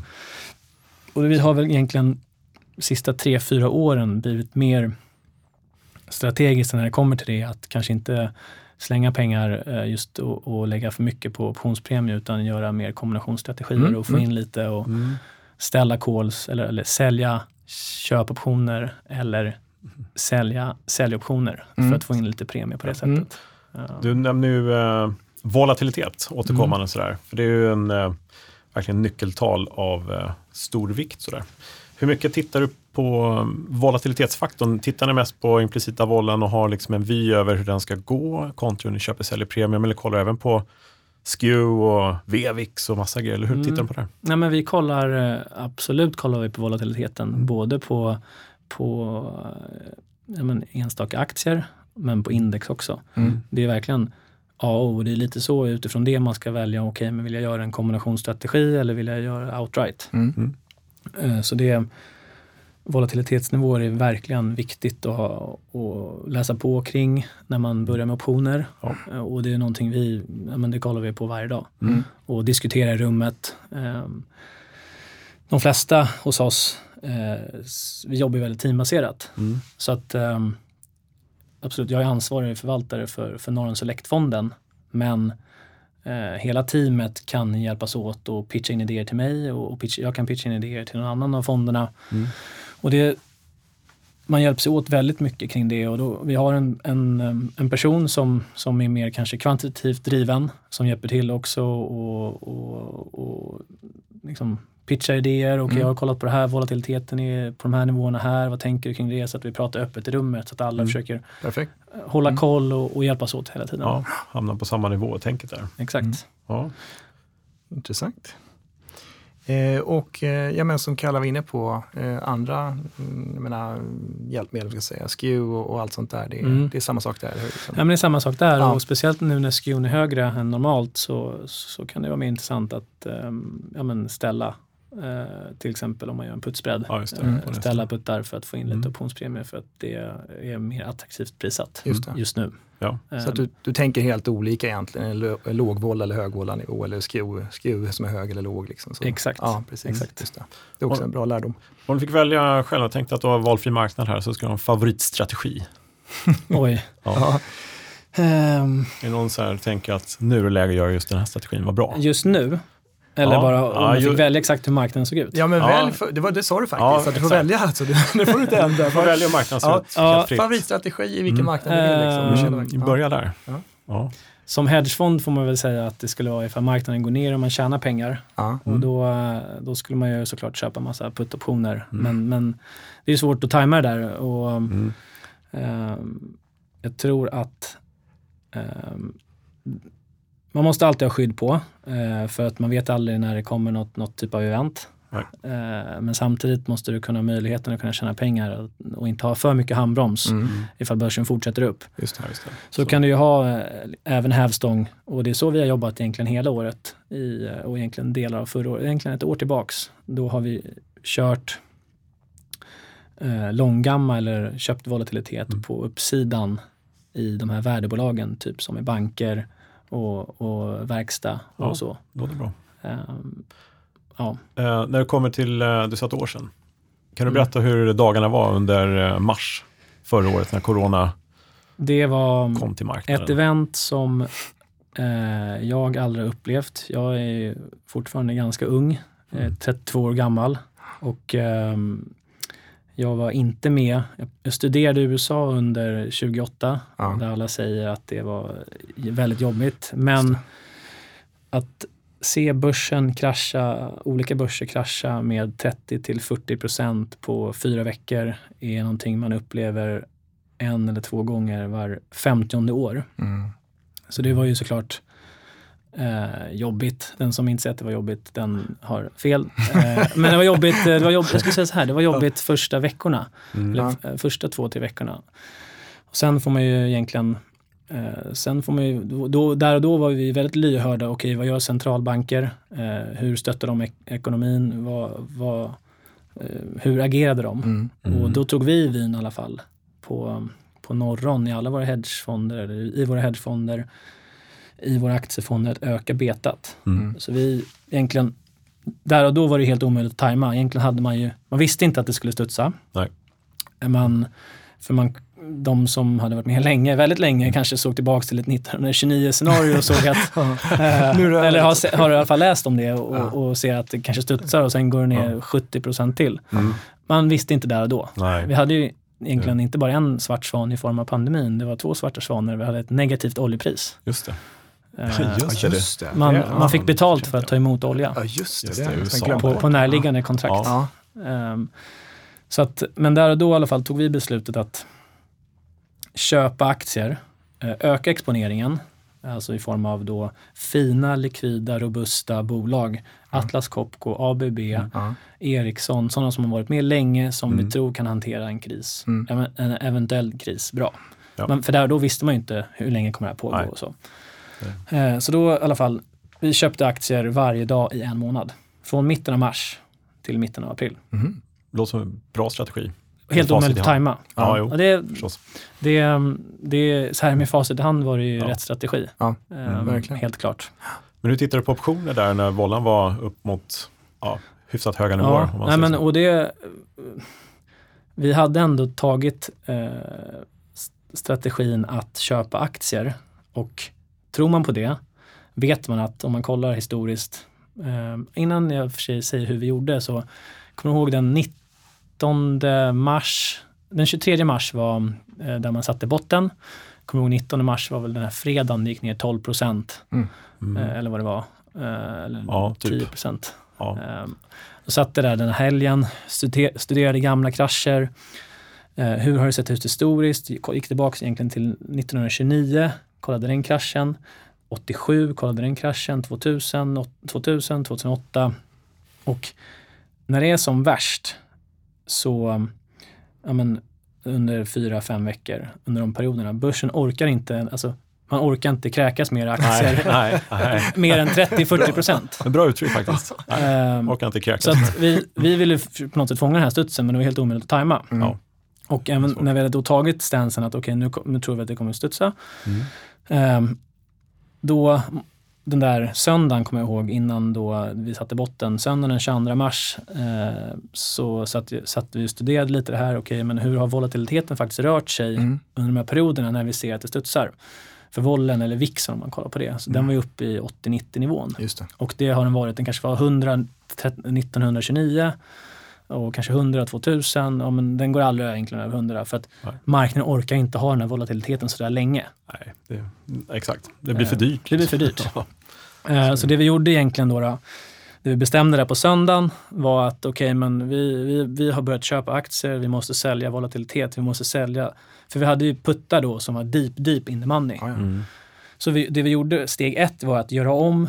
och vi har väl egentligen sista tre, fyra åren blivit mer strategiskt när det kommer till det, att kanske inte slänga pengar uh, just och, och lägga för mycket på optionspremie utan göra mer kombinationsstrategier mm. och få in lite och mm. ställa calls eller, eller sälja köpoptioner eller sälja säljoptioner mm. för att få in lite premie på det sättet. Mm. Uh. Du nämner ju uh... volatilitet återkommande mm. sådär. För det är ju en eh, verkligen nyckeltal av eh, stor vikt sådär. Hur mycket tittar du på volatilitetsfaktorn? Tittar ni mest på implicita volan och har liksom en vy över hur den ska gå kontra hur ni köper säljer premium, eller kollar även på S K U och V V I X och massa grejer? Eller hur mm. tittar du på det här? Nej, men vi kollar, absolut kollar vi på volatiliteten. Mm. Både på, på ja, men enstaka aktier men på index också. Mm. Det är verkligen ja, och det är lite så utifrån det man ska välja, okej, okay, men vill jag göra en kombinationsstrategi eller vill jag göra outright? Mm. Mm. Så det, volatilitetsnivåer är verkligen viktigt att, ha, att läsa på kring när man börjar med optioner. Ja. Och det är någonting vi, ja, men det kollar vi på varje dag. Mm. Och diskuterar i rummet. De flesta hos oss, vi jobbar väldigt teambaserat. Mm. Så att absolut, jag är ansvarig förvaltare för, för Norrland Select-fonden, men eh, hela teamet kan hjälpas åt och pitcha in idéer till mig och, och pitch, jag kan pitcha in idéer till någon annan av fonderna. Mm. Och det, man hjälps åt väldigt mycket kring det, och då, vi har en, en, en person som, som är mer kanske kvantitativt driven som hjälper till också och, och, och liksom pitcha idéer och okay, mm. jag har kollat på det här, volatiliteten är på de här nivåerna här, vad tänker du kring det, så att vi pratar öppet i rummet så att alla mm. försöker Perfekt. hålla mm. koll och, och hjälpas åt hela tiden. Ja, hamna på samma nivå och tänket där. Exakt. Mm. Ja. Intressant. Eh, och eh, ja, men som Kalle var inne på, eh, andra mm, jag menar, hjälpmedel, ska jag säga, S K U och, och allt sånt där, det är, mm. det är samma sak där. Ja, men det är samma sak där, ja. Och speciellt nu när S K U är högre än normalt så, så kan det vara mer intressant att eh, ja, men ställa Uh, till exempel om man gör en putspread, ja, uh, ställa puttar för att få in mm. lite optionspremier för att det är mer attraktivt prissatt just, just nu. Ja. Um, så att du, du tänker helt olika egentligen, lågvåld eller högvållarnivå eller S K U, S K U som är hög eller låg. Liksom. Så, exakt. Ja, precis. Exakt. Just det. Det är också om, en bra lärdom. Om du fick välja själv och tänkte att du har valfri marknad här, så skulle du ha en favoritstrategi. Oj. Ja. Um, är det någon så här tänker att nu är det läge att göra just den här strategin, var bra? Just nu? Eller ja, bara om ja, du fick ju... välja exakt hur marknaden såg ut. Ja, men ja. Välj för, det, var, det sa du faktiskt. Ja, att du får exakt. välja. Alltså, det, det får du inte ändra. Du får välja marknaden ja, ja, favoritstrategi i vilken mm. marknad du vill. Liksom. Mm. Börja där. Ja. Ja. Som hedgefond får man väl säga att det skulle vara ifall marknaden går ner och man tjänar pengar. Ja. Mm. Och då, då skulle man ju såklart köpa massa put-optioner. Mm. Men, men det är svårt att tajma det där. Och, mm. eh, jag tror att eh, man måste alltid ha skydd på, eh, för att man vet aldrig när det kommer något, något typ av event. Nej. Eh, men samtidigt måste du kunna ha möjligheten att kunna tjäna pengar och, och inte ha för mycket handbroms mm. ifall börsen fortsätter upp. Just det, just det. Så, så kan du ju ha eh, även hävstång, och det är så vi har jobbat egentligen hela året i, och egentligen delar av förra året, egentligen ett år tillbaks. Då har vi kört eh, långgamma eller köpt volatilitet mm. på uppsidan i de här värdebolagen, typ som i banker och, och verkstad och ja, så. Det låter bra. Um, ja. Eh, när du kommer till, eh, du sa ett år sedan, kan du berätta mm. hur dagarna var under eh, mars förra året när corona det var kom till marknaden? Ett event som eh, jag aldrig upplevt. Jag är fortfarande ganska ung, mm. trettiotvå år gammal, och eh, jag var inte med. Jag studerade i U S A under tjugoåtta, ja. Där alla säger att det var väldigt jobbigt. Men att se börsen krascha, olika börser krascha med trettio till fyrtio procent på fyra veckor är någonting man upplever en eller två gånger var femtionde år. Mm. Så det var ju såklart eh, jobbigt. Den som inte säger att det var jobbigt, den har fel. Eh, men det var jobbigt, det var jobbigt, jag skulle säga så här, det var jobbigt första veckorna. Mm. Eller första två, tre veckorna. Och sen får man ju egentligen Eh, sen får man ju, då, där och då var vi väldigt lyhörda. Okej, vad gör centralbanker? Eh, hur stöttar de ek- ekonomin? Vad, vad, eh, hur agerade de? Mm. Mm. Och då tog vi vin i alla fall på, på Norron i alla våra hedgefonder, eller i våra hedgefonder, i våra aktiefonder, att öka betat. Mm. Så vi egentligen, där och då var det helt omöjligt att tajma. Egentligen hade man ju, man visste inte att det skulle studsa. Nej. Man, för man de som hade varit med länge, väldigt länge, kanske såg tillbaka till ett nittonhundratjugonio-scenario och såg att, äh, eller har, har i alla fall läst om det och, ja. och ser att det kanske studsar och sen går det ner ja. sjuttio procent till. Mm. Man visste inte där och då. Nej. Vi hade ju egentligen ja. inte bara en svart svan i form av pandemin, det var två svarta svaner. Vi hade ett negativt oljepris. Just det. Uh, just, just det. Man, ja, man fick betalt för att ta emot olja. Ja, just det. Just det. Just det. På, på närliggande kontrakt. Ja. Um, så att, men där och då i alla fall tog vi beslutet att köpa aktier, öka exponeringen, alltså i form av då fina, likvida, robusta bolag. Mm. Atlas Copco, A B B, mm. Ericsson, sådana som har varit med länge, som mm. vi tror kan hantera en kris. Mm. En eventuell kris, bra. Ja. Men för där då visste man ju inte hur länge kommer det här pågå. Nej. Och så. Nej. Så då i alla fall, vi köpte aktier varje dag i en månad. Från mitten av mars till mitten av april. Mm. Det låter som en bra strategi. Helt omöjligt att tajma. Ja, ja. Det, det, det, så här med facit i hand var det ju ja. rätt strategi. Ja. Mm, um, helt klart. Men hur tittar du på optioner där när vollan var upp mot ja, hyfsat höga nivåer? Ja. Nej, men, och det, vi hade ändå tagit eh, strategin att köpa aktier, och tror man på det, vet man att om man kollar historiskt, eh, innan jag för sig säger hur vi gjorde, så kommer jag ihåg den nittonde mars, den tjugotredje mars var eh, där man satte botten. Kommer ihåg nittonde mars var väl den här fredagen, det gick ner tolv procent. Mm. Mm. Eh, eller vad det var. Eh, eller ja, typ. tio procent. Ja. Eh, och satte där den här helgen, studer- studerade gamla krascher. Eh, hur har det sett ut historiskt? Gick tillbaka egentligen till nittonhundratjugonio, kollade den kraschen. åttiosju, kollade den kraschen. tvåtusen, tvåtusen, tvåtusenåtta. Och när det är som värst, så ja, men, under fyra, fem veckor, under de perioderna, börsen orkar inte, alltså man orkar inte kräkas mer aktier. Nej, nej, nej. Mer än trettio till fyrtio procent. Bra uttryck faktiskt. Um, orkar inte kräkas. Så att vi, vi ville på något sätt fånga den här studsen, men det var helt omöjligt att tajma. Mm. Ja. Och även när vi hade då tagit stansen att okej, okay, nu, nu tror vi att det kommer att studsa. Mm. Um, då den där söndagen, kommer jag ihåg, innan då vi satte botten, söndagen den tjugoandra mars, eh, så satt, satt vi och studerade lite det här. Okej, okay, men hur har volatiliteten faktiskt rört sig mm. under de här perioderna när vi ser att det studsar? För vollen, eller V I X om man kollar på det, så mm. den var ju uppe i åttio nittio nivån. Just det. Och det har den varit, den kanske var hundra nittonhundratjugonio och kanske hundra tvåtusen. Ja, men den går aldrig egentligen över hundra, för att Nej. marknaden orkar inte ha den här volatiliteten så där länge. Nej, det, exakt. Det blir för dyrt. Det blir för dyrt. uh, så det vi gjorde egentligen då, då, det vi bestämde där på söndagen var att okej, okay, men vi, vi, vi har börjat köpa aktier, vi måste sälja volatilitet, vi måste sälja, för vi hade ju puttar då som var deep, deep in the money. Mm. Så vi, det vi gjorde, steg ett var att göra om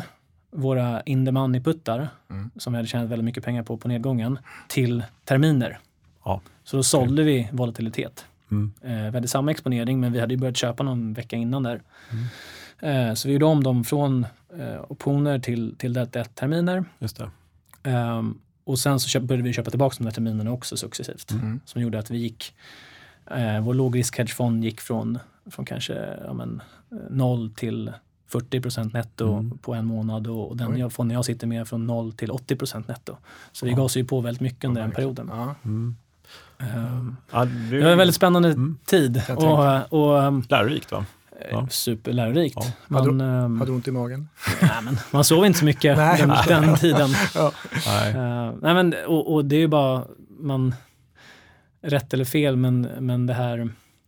våra in the money-puttar, Mm. som vi hade tjänat väldigt mycket pengar på på nedgången, till terminer. Ja. Så då sålde vi volatilitet. Mm. Eh, vi hade samma exponering, men vi hade ju börjat köpa någon vecka innan där. Mm. Eh, så vi gjorde om dem från eh, optioner till, till delta ett-terminer. Just det. Eh, och sen så köp, började vi köpa tillbaka de där terminerna också successivt. Mm. Som gjorde att vi gick, eh, vår lågrisk-hedgefond gick från, från kanske ja, men, noll till fyrtio procent netto Mm. på en månad och, och den Oj. jag, fonden jag sitter med från noll till åttio procent netto. Så vi Ja. gasade ju på väldigt mycket under den perioden. Ja. Mm. Um, Ja, det var en väldigt spännande Mm. tid Jag och, och um, lärorikt, va? Ja. superlärorikt. Ja. Man, um, Hade du ont i magen? nej, men, man sov inte så mycket Nej. den, den tiden. Ja. Nej. Uh, nej, men, och, och det är ju bara, man, rätt eller fel, men, men det här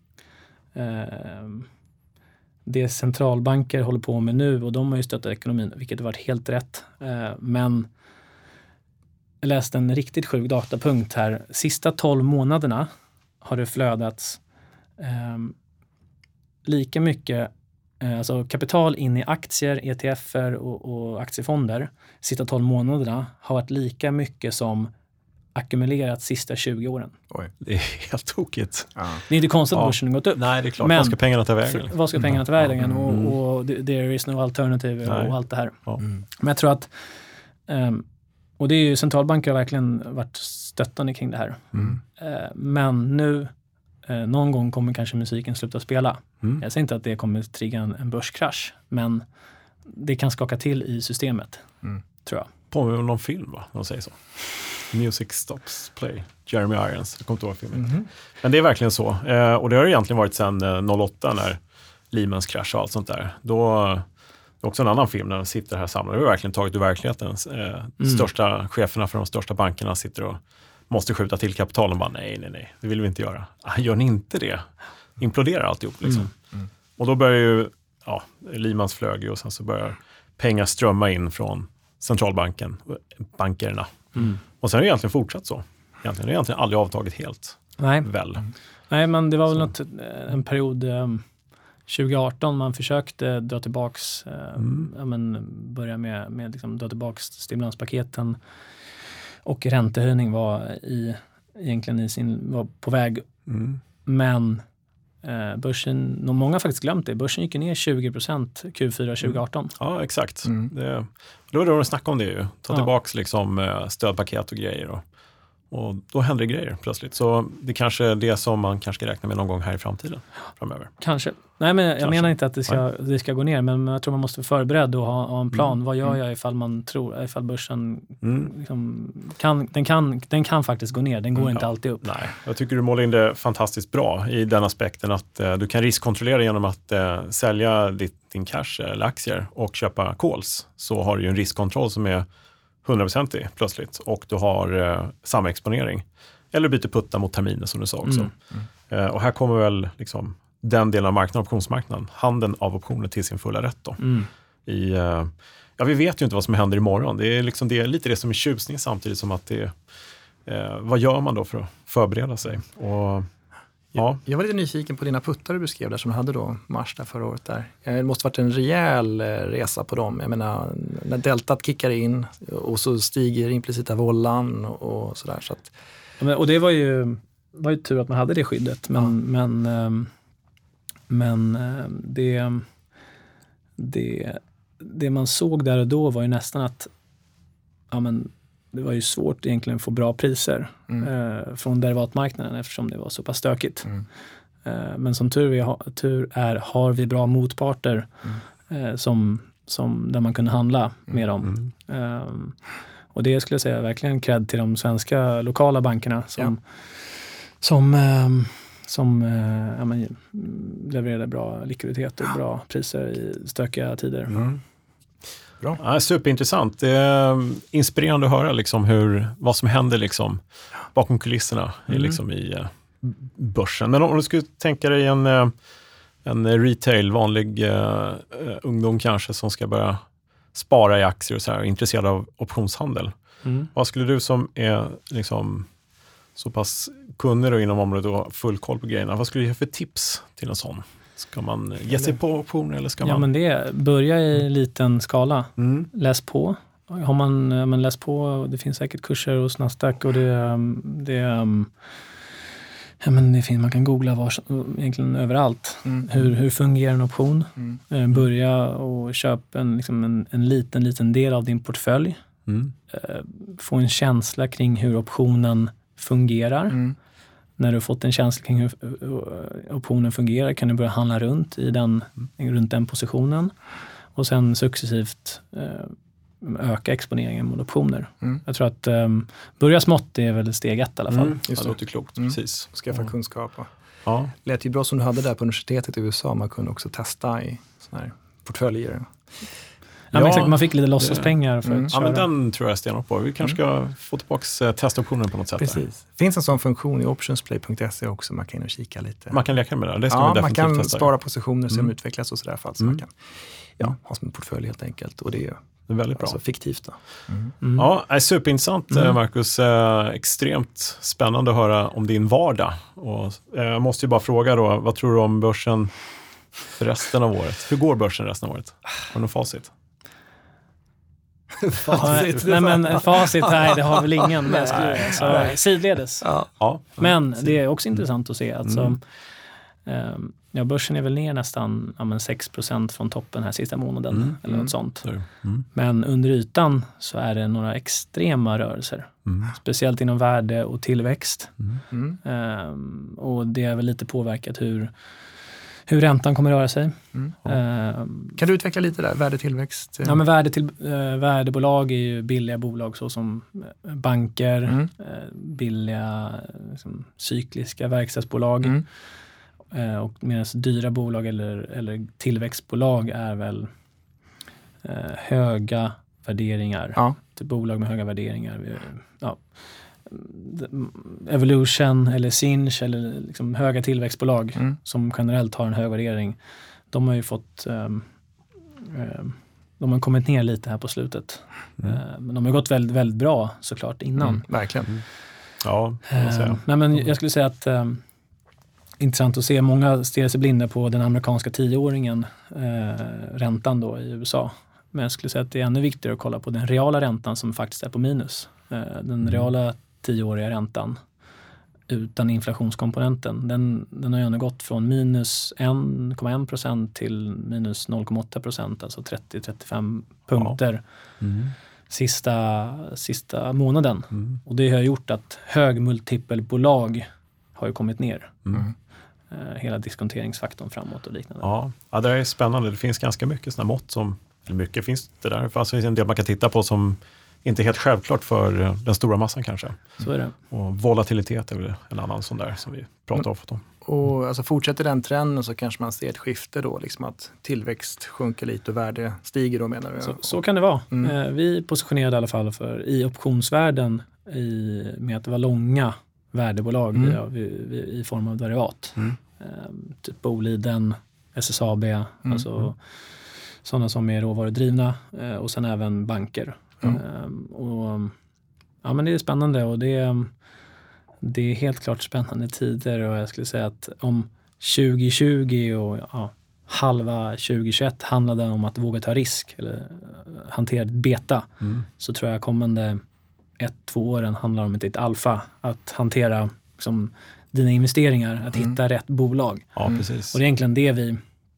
uh, det centralbanker håller på med nu, och de har ju stöttat ekonomin, vilket har varit helt rätt. Uh, men jag läste en riktigt sjuk datapunkt här. Sista tolv månaderna har det flödats um, lika mycket eh, alltså kapital in i aktier, E T F:er och, och aktiefonder sista tolv månaderna har varit lika mycket som ackumulerat sista tjugo åren. Oj. Det är helt tokigt. Ja. Det är inte konstigt att Ja. börsen har gått upp. Nej, det är klart. Men- Vad ska pengarna ta vägen? För, vad ska pengarna ta vägen? Mm. Och, och there is no alternative Nej. och allt det här. Ja. Mm. Men jag tror att ehm, och det är ju, centralbanker har verkligen varit stöttande kring det här. Mm. Eh, men nu eh, någon gång kommer kanske musiken sluta spela. Mm. Jag säger inte att det kommer trigga en, en börskrasch, men det kan skaka till i systemet, Mm. tror jag. Påminner om någon film, va? När de säger så. Music stops play. Jeremy Irons. Jag kommer inte ihåg filmen. Mhm. Men det är verkligen så. Eh, och det har egentligen varit sedan eh, noll åtta när Lehmans krasch och allt sånt där. Då, det är också en annan film när de sitter här samlade. Det har verkligen tagit ur verkligheten. Eh, mm. Största cheferna för de största bankerna sitter och måste skjuta till kapital och bara nej, nej, nej. Det vill vi inte göra. Ah, gör ni inte det? Imploderar alltihop liksom. Mm. Mm. Och då börjar ju, ja, Lehmans flög ju och sen så börjar pengar strömma in från centralbanken, bankerna. Mm. Och sen har det egentligen fortsatt så. Egentligen, det har egentligen aldrig avtagit helt Nej. väl. Nej, men det var väl Så. något, eh, en period eh, tjugo arton man försökte dra tillbaks, eh, Mm. ja, men börja med, med liksom dra tillbaks stimulanspaketen, och räntehöjning var i, egentligen i sin, var på väg, Mm. men eh, börsen, och många har faktiskt glömt det, börsen gick ner tjugo procent Q fyra tjugo arton. Ja, exakt. Mm. Det, då var det de snackade om det ju. Ta Ja. tillbaks liksom eh, stödpaket och grejer. Och, och då händer det grejer plötsligt. Så det kanske är det som man kanske ska räkna med någon gång här i framtiden. Framöver. Kanske. Nej, men jag Kanske. menar inte att det ska, det ska gå ner, men jag tror man måste vara förberedd och ha, ha en plan. Mm. Vad gör Mm. jag ifall man tror, ifall börsen Mm. liksom, kan, den, kan, den kan faktiskt gå ner, den går Mm, inte ja. alltid upp. Nej, jag tycker du målar in det fantastiskt bra i den aspekten att eh, du kan riskkontrollera genom att eh, sälja ditt, din cash eller aktier och köpa calls. Så har du ju en riskkontroll som är hundraprocentig plötsligt och du har eh, samma exponering. Eller byter putta mot terminer som du sa också. Mm. Eh, och här kommer väl liksom den delen av marknaden, optionsmarknaden, handeln av optioner till sin fulla rätt då. Mm. I, eh, ja, vi vet ju inte vad som händer imorgon. Det är, liksom, det är lite det som är tjusning samtidigt som att det eh, vad gör man då för att förbereda sig? Och, ja. Jag var lite nyfiken på dina puttar du beskrev där som du hade då mars där förra året där. Det måste varit en rejäl eh, resa på dem. Jag menar, när deltat kickar in och så stiger implicita vollan och, och sådär. Så att, Ja, men, och det var ju, var ju tur att man hade det skyddet, men, Ja. men, ehm, men ehm, det, det, det man såg där och då var ju nästan att ja, men, det var ju svårt egentligen att få bra priser Mm. eh, från derivatmarknaden eftersom det var så pass stökigt. Mm. Eh, men som tur, vi ha, tur är har vi bra motparter eh, som, som, där man kunde handla med dem. Mm. Um, och det skulle jag säga verkligen cred till de svenska lokala bankerna som, som, um, som uh, ja, men, levererade bra likviditet och bra priser i stökiga tider. Mm. Bra. Ja, superintressant. Det är inspirerande att höra liksom hur, vad som händer liksom bakom kulisserna Mm. liksom i uh, börsen. Men om, om du skulle tänka dig en, uh, en retail, vanlig uh, uh, ungdom kanske som ska börja spara i aktier och så här, intresserad av optionshandel. Mm. Vad skulle du som är liksom så pass kunnig då inom området och har full koll på grejerna, vad skulle du ge för tips till en sån? Ska man ge sig på optioner eller ska ja, man... men det börja i liten skala. Mm. Läs på. Har man, man läst på, det finns säkert kurser hos Nasdaq och det, det, ja, men det finns, man kan googla var, egentligen överallt. Mm. Hur, hur fungerar en option? Mm. Börja och köpa en, liksom en, en liten, liten del av din portfölj. Mm. Få en känsla kring hur optionen fungerar. Mm. När du har fått en känsla kring hur optionen fungerar kan du börja handla runt i den, runt den positionen. Och sen successivt eh, öka exponeringen mot optioner. Mm. Jag tror att um, börja smått, det är väl steg ett i alla fall. Mm, just det låter klokt, mm. precis. Skaffa mm. kunskap. Ja. Lät ju bra som du hade där på universitetet i U S A. Man kunde också testa i såna här portföljer. Ja, men exakt, man fick lite låtsaspengar för mm. att köra. Ja, men den tror jag stenhårt på. Vi kanske ska mm. få tillbaka testoptionen på något sätt. Precis. Det finns en sån funktion i optionsplay punkt se också. Man kan in och kika lite. Man kan leka med det. Det ska ja, man definitivt man kan testa. spara positioner som mm. utvecklas och sådär. Fall, så mm. man kan ja, ha som en portfölj helt enkelt. Och det är ju det är väldigt bra. Alltså fiktivt. Då. Mm. Mm. Ja, är superintressant mm. Marcus. Eh, extremt spännande att höra om din vardag. Och, eh, jag måste ju bara fråga då, vad tror du om börsen för resten av året? Hur går börsen resten av året? Har du någon facit? Facit. Nej, men facit, nej, det har väl ingen mänsklig. Så sidledes. Ja. Ja. Men det är också intressant att se. Alltså, mm. um, ja, börsen är väl ner nästan ja, men sex procent från toppen här sista månaden. Mm. Eller något sånt. Mm. Men under ytan så är det några extrema rörelser. Mm. Speciellt inom värde och tillväxt. Mm. Um, och det är väl lite påverkat hur hur räntan kommer röra sig. Mm. Uh, kan du utveckla lite där? Värdetillväxt? Ja, men värde till, uh, värdebolag är ju billiga bolag såsom banker, mm. uh, billiga liksom, cykliska verkstadsbolag. Mm. Uh, och medan dyra bolag eller, eller tillväxtbolag är väl uh, höga värderingar. Ja. Till bolag med höga värderingar. Vi, ja. Evolution eller Sinch eller liksom höga tillväxtbolag mm. som generellt har en hög värdering, de har ju fått um, um, de har kommit ner lite här på slutet. Mm. Uh, men de har gått väldigt, väldigt bra såklart innan. Mm, verkligen. Mm. Ja, uh, nej, men jag skulle säga att um, intressant att se, många stirrar sig blinda på den amerikanska tioåringen uh, räntan då i U S A. Men jag skulle säga att det är ännu viktigare att kolla på den reala räntan som faktiskt är på minus. Uh, den mm. reala tioåriga räntan utan inflationskomponenten. Den, den har ju ändå gått från minus en komma en procent till minus noll komma åtta procent, alltså trettio till trettiofem punkter ja. mm. sista, sista månaden. Mm. Och det har gjort att högmultipelbolag har ju kommit ner. Mm. Uh, hela diskonteringsfaktorn framåt och liknande. Ja. ja, det är spännande. Det finns ganska mycket sådana mått som, eller mycket finns det där. För alltså, det finns en del man kan titta på som inte helt självklart för den stora massan kanske. Så är det. Och volatilitet är väl en annan sån där som vi pratar ofta om. Och alltså fortsätter den trenden så kanske man ser ett skifte då, liksom att tillväxt sjunker lite och värde stiger då, menar du? Så, så kan det vara. Mm. Eh, vi positionerade i alla fall för i optionsvärden i, med att det var långa värdebolag mm. via, via, i form av derivat. Mm. Eh, typ Boliden, S S A B, mm. alltså mm. sådana som är råvarudrivna eh, och sen även banker. Mm. Um, och, ja, men det är spännande och det, det är helt klart spännande tider och jag skulle säga att om tjugo tjugo och ja, halva tjugo tjugoett handlade om att våga ta risk eller hantera ett beta mm. så tror jag kommande ett, två åren handlar om ett, ett alfa att hantera liksom, dina investeringar, att mm. hitta rätt bolag. Ja, precis. Och det är egentligen det vi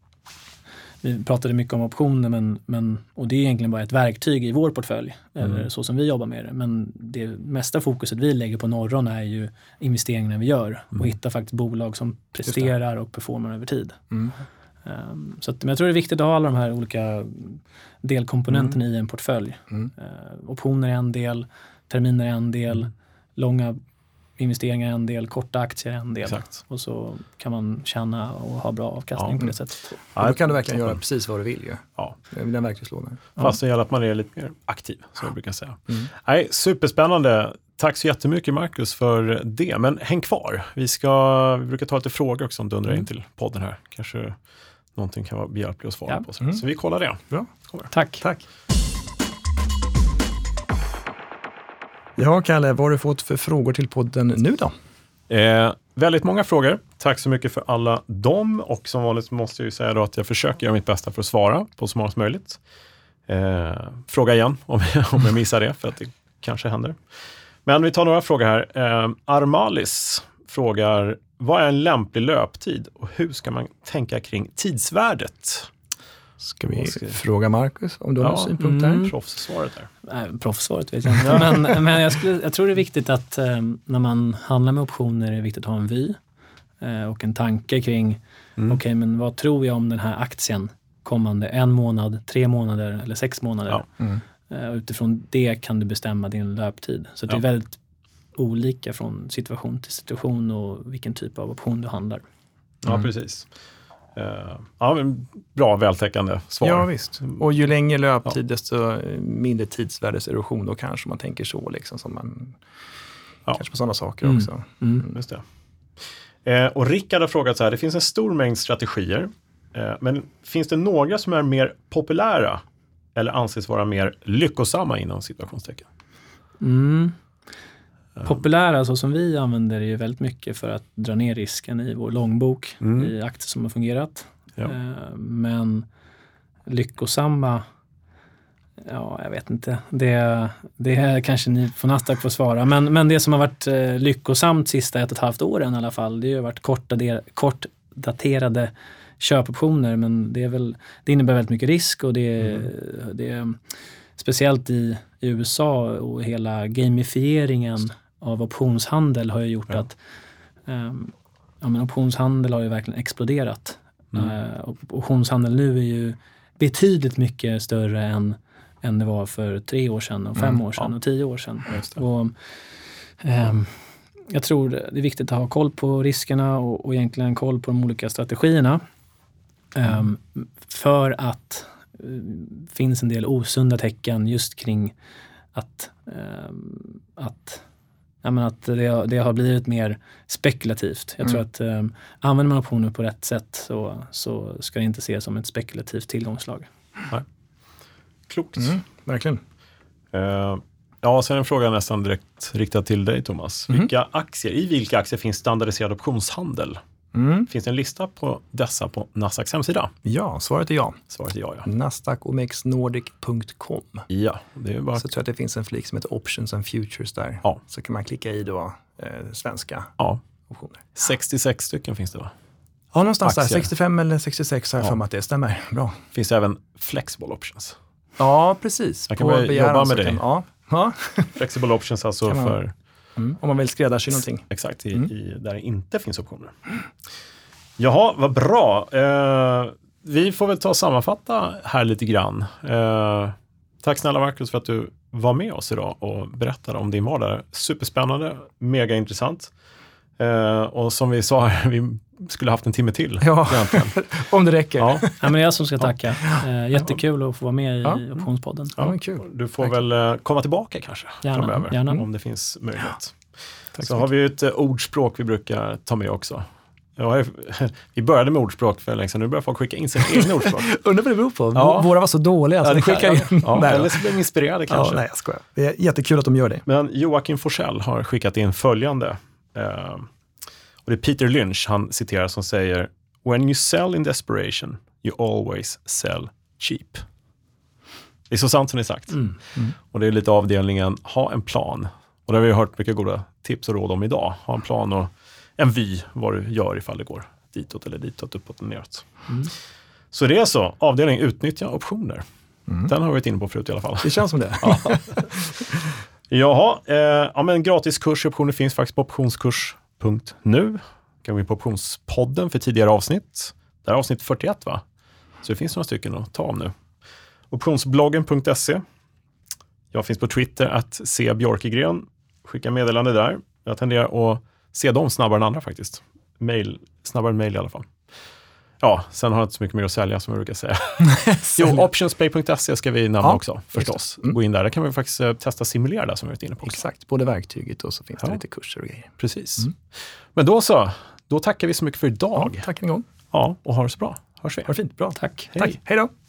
Vi pratade mycket om optioner men, men, och det är egentligen bara ett verktyg i vår portfölj, mm. eller så som vi jobbar med det. Men det mesta fokuset vi lägger på Norron är ju investeringarna vi gör mm. och hitta faktiskt bolag som presterar och performar över tid. Mm. Um, så att, men jag tror det är viktigt att ha alla de här olika delkomponenterna mm. i en portfölj. Mm. Uh, optioner är en del, terminer är en del, mm. långa investeringar är en del, korta aktier är en del. Exakt. Och så kan man tjäna och ha bra avkastning ja. på det sättet. Ja, och då kan du verkligen göra precis vad du vill ju. Ja. Den verktygslådan. Fast det gäller att man är lite mer aktiv, som jag brukar säga. Mm. Nej, superspännande. Tack så jättemycket Marcus för det. Men häng kvar. Vi, ska, vi brukar ta lite frågor också som dundrar mm. in till podden här. Kanske någonting kan vara behjälpligt att svara ja. på. Så. Mm. så vi kollar det. Bra. Tack. Tack. Ja, Kalle, vad har du fått för frågor till podden nu då? Eh, väldigt många frågor tack så mycket för alla dem. Och som vanligt måste jag ju säga då att jag försöker göra mitt bästa för att svara på så många som möjligt. Eh, fråga igen om jag, om jag missar det, för att det kanske händer. Men vi tar några frågor här. Eh, Armalis frågar, vad är en lämplig löptid och hur ska man tänka kring tidsvärdet? Ska vi ska... fråga Marcus om du har ja, synpunkter? Mm. Proffssvaret där. Nej, proffssvaret vet jag inte. men men jag, skulle, jag tror det är viktigt att eh, när man handlar med optioner är det viktigt att ha en vy eh, och en tanke kring mm. okej, okay, men vad tror jag om den här aktien kommande en månad, tre månader eller sex månader? Ja. Mm. Eh, utifrån det kan du bestämma din löptid. Så ja. det är väldigt olika från situation till situation och vilken typ av option du handlar. Mm. Ja, precis. Uh, ja, men bra, vältäckande svar. Ja, visst. Och ju längre löptid, ja. desto mindre tidsvärdeserosion då kanske man tänker så, liksom, som man ja. kanske på sådana saker mm. också. Mm. Just det. Uh, och Rickard har frågat så här, det finns en stor mängd strategier, uh, men finns det några som är mer populära eller anses vara mer lyckosamma inom situationstecken? Mm. Populära så som vi använder är ju väldigt mycket för att dra ner risken i vår långbok mm. i aktier som har fungerat. Ja. Men lyckosamma, ja jag vet inte. Det, det är kanske ni på Nasdaq får svara. Men, men det som har varit lyckosamt sista ett och ett halvt åren i alla fall, det har varit kortdaterade, kortdaterade köpoptioner. Men det, är väl, det innebär väldigt mycket risk och det, mm. det är speciellt i, i U S A och hela gamifieringen av optionshandel har ju gjort ja. att um, ja, men optionshandel har ju verkligen exploderat. Mm. Uh, och optionshandel nu är ju betydligt mycket större än, än det var för tre år sedan och fem mm. år sedan ja. och tio år sedan. Och, um, jag tror det är viktigt att ha koll på riskerna och, och egentligen koll på de olika strategierna. Um, mm. För att uh, finns en del osunda tecken just kring att, um, att Ja, men att det, det har blivit mer spekulativt. Jag mm. tror att um, använder man optioner på rätt sätt så, så ska det inte ses som ett spekulativt tillgångslag. Nej. Klokt. Mm, verkligen. Uh, ja, sen en fråga nästan direkt riktad till dig, Thomas. Mm. Vilka aktier, i vilka aktier finns standardiserad optionshandel? Mm. Finns det en lista på dessa på Nasdaqs hemsida? Ja, svaret är ja. Svaret är ja, ja. nasdaq omex nordic punkt com. Ja, det är bara... Så jag tror att det finns en flik som heter Options and Futures där. Ja. Så kan man klicka i då eh, svenska ja. optioner. sextiosex stycken finns det va? Ja, någonstans aktier. Där. sextiofem eller sextiosex har jag ja. för mig att det stämmer. Bra. Finns det även flexible options? Ja, precis. Jag kan börja jobba med dig. Kan, ja. Ja. Flexible options alltså man, för... Mm. Om man vill skräddarsy någonting. Exakt, i, mm. i, där det inte finns optioner. Jaha, vad bra. Eh, vi får väl ta och sammanfatta här lite grann. Eh, tack snälla Marcus för att du var med oss idag och berättade om din vardag. Superspännande, mega intressant. Eh, och som vi sa, vi skulle haft en timme till. Ja, om det räcker. Ja. Ja, men det är jag som ska tacka. Eh, jättekul att få vara med i ja. Optionspodden. Ja, men kul. Du får tack. väl eh, komma tillbaka kanske gärna, framöver, gärna. om det finns möjlighet. Tack så, så har vi ett eh, ordspråk vi brukar ta med också. Ja, vi började med ordspråk för länge sedan. Nu börjar folk skicka in sina egna ordspråk. Undrar vad det beror på. Ja. Våra var så dåliga. Så ja, skickar in. Ja, ja, eller så blir de inspirerade kanske. Ja, nej, jag skojar. Det är jättekul att de gör det. Men Joakim Forsell har skickat in följande. Uh, och det är Peter Lynch. Han citerar som säger: "When you sell in desperation, you always sell cheap." Det är så sant som det är sagt. Mm. Mm. Och det är lite avdelningen ha en plan. Och det har vi hört mycket goda tips och råd om idag. Ha en plan och en vy vad du gör ifall det går ditåt eller ditåt, uppåt och neråt. Mm. Så det är så. Avdelning utnyttja optioner. Mm. Den har vi varit inne på förut i alla fall. Det känns som det. Ja. Jaha, eh, ja, men gratis kurs i optioner finns faktiskt på optionskurs punkt nu. Kan gå in på optionspodden för tidigare avsnitt. Det är avsnitt fyrtioett va? Så det finns några stycken att ta om nu. optionsbloggen punkt se. Jag finns på Twitter att se Björkegren. Skicka meddelande där. Jag tenderar att se dem snabbare än andra faktiskt. Mail, snabbare än mail i alla fall. Ja, sen har jag inte så mycket mer att sälja som jag brukar säga. Jo, optionsplay punkt se ska vi nämna ja, också förstås. Mm. Gå in där, där kan vi faktiskt uh, testa simulera det som vi varit inne på. Exakt, både verktyget och så finns ja. det lite kurser och grejer. Precis. Mm. Men då så, då tackar vi så mycket för idag. Ja, tack en gång. Ja, och ha det så bra. Hörs vi. Ha det fint, bra. Tack. Hej. Tack. Hej då.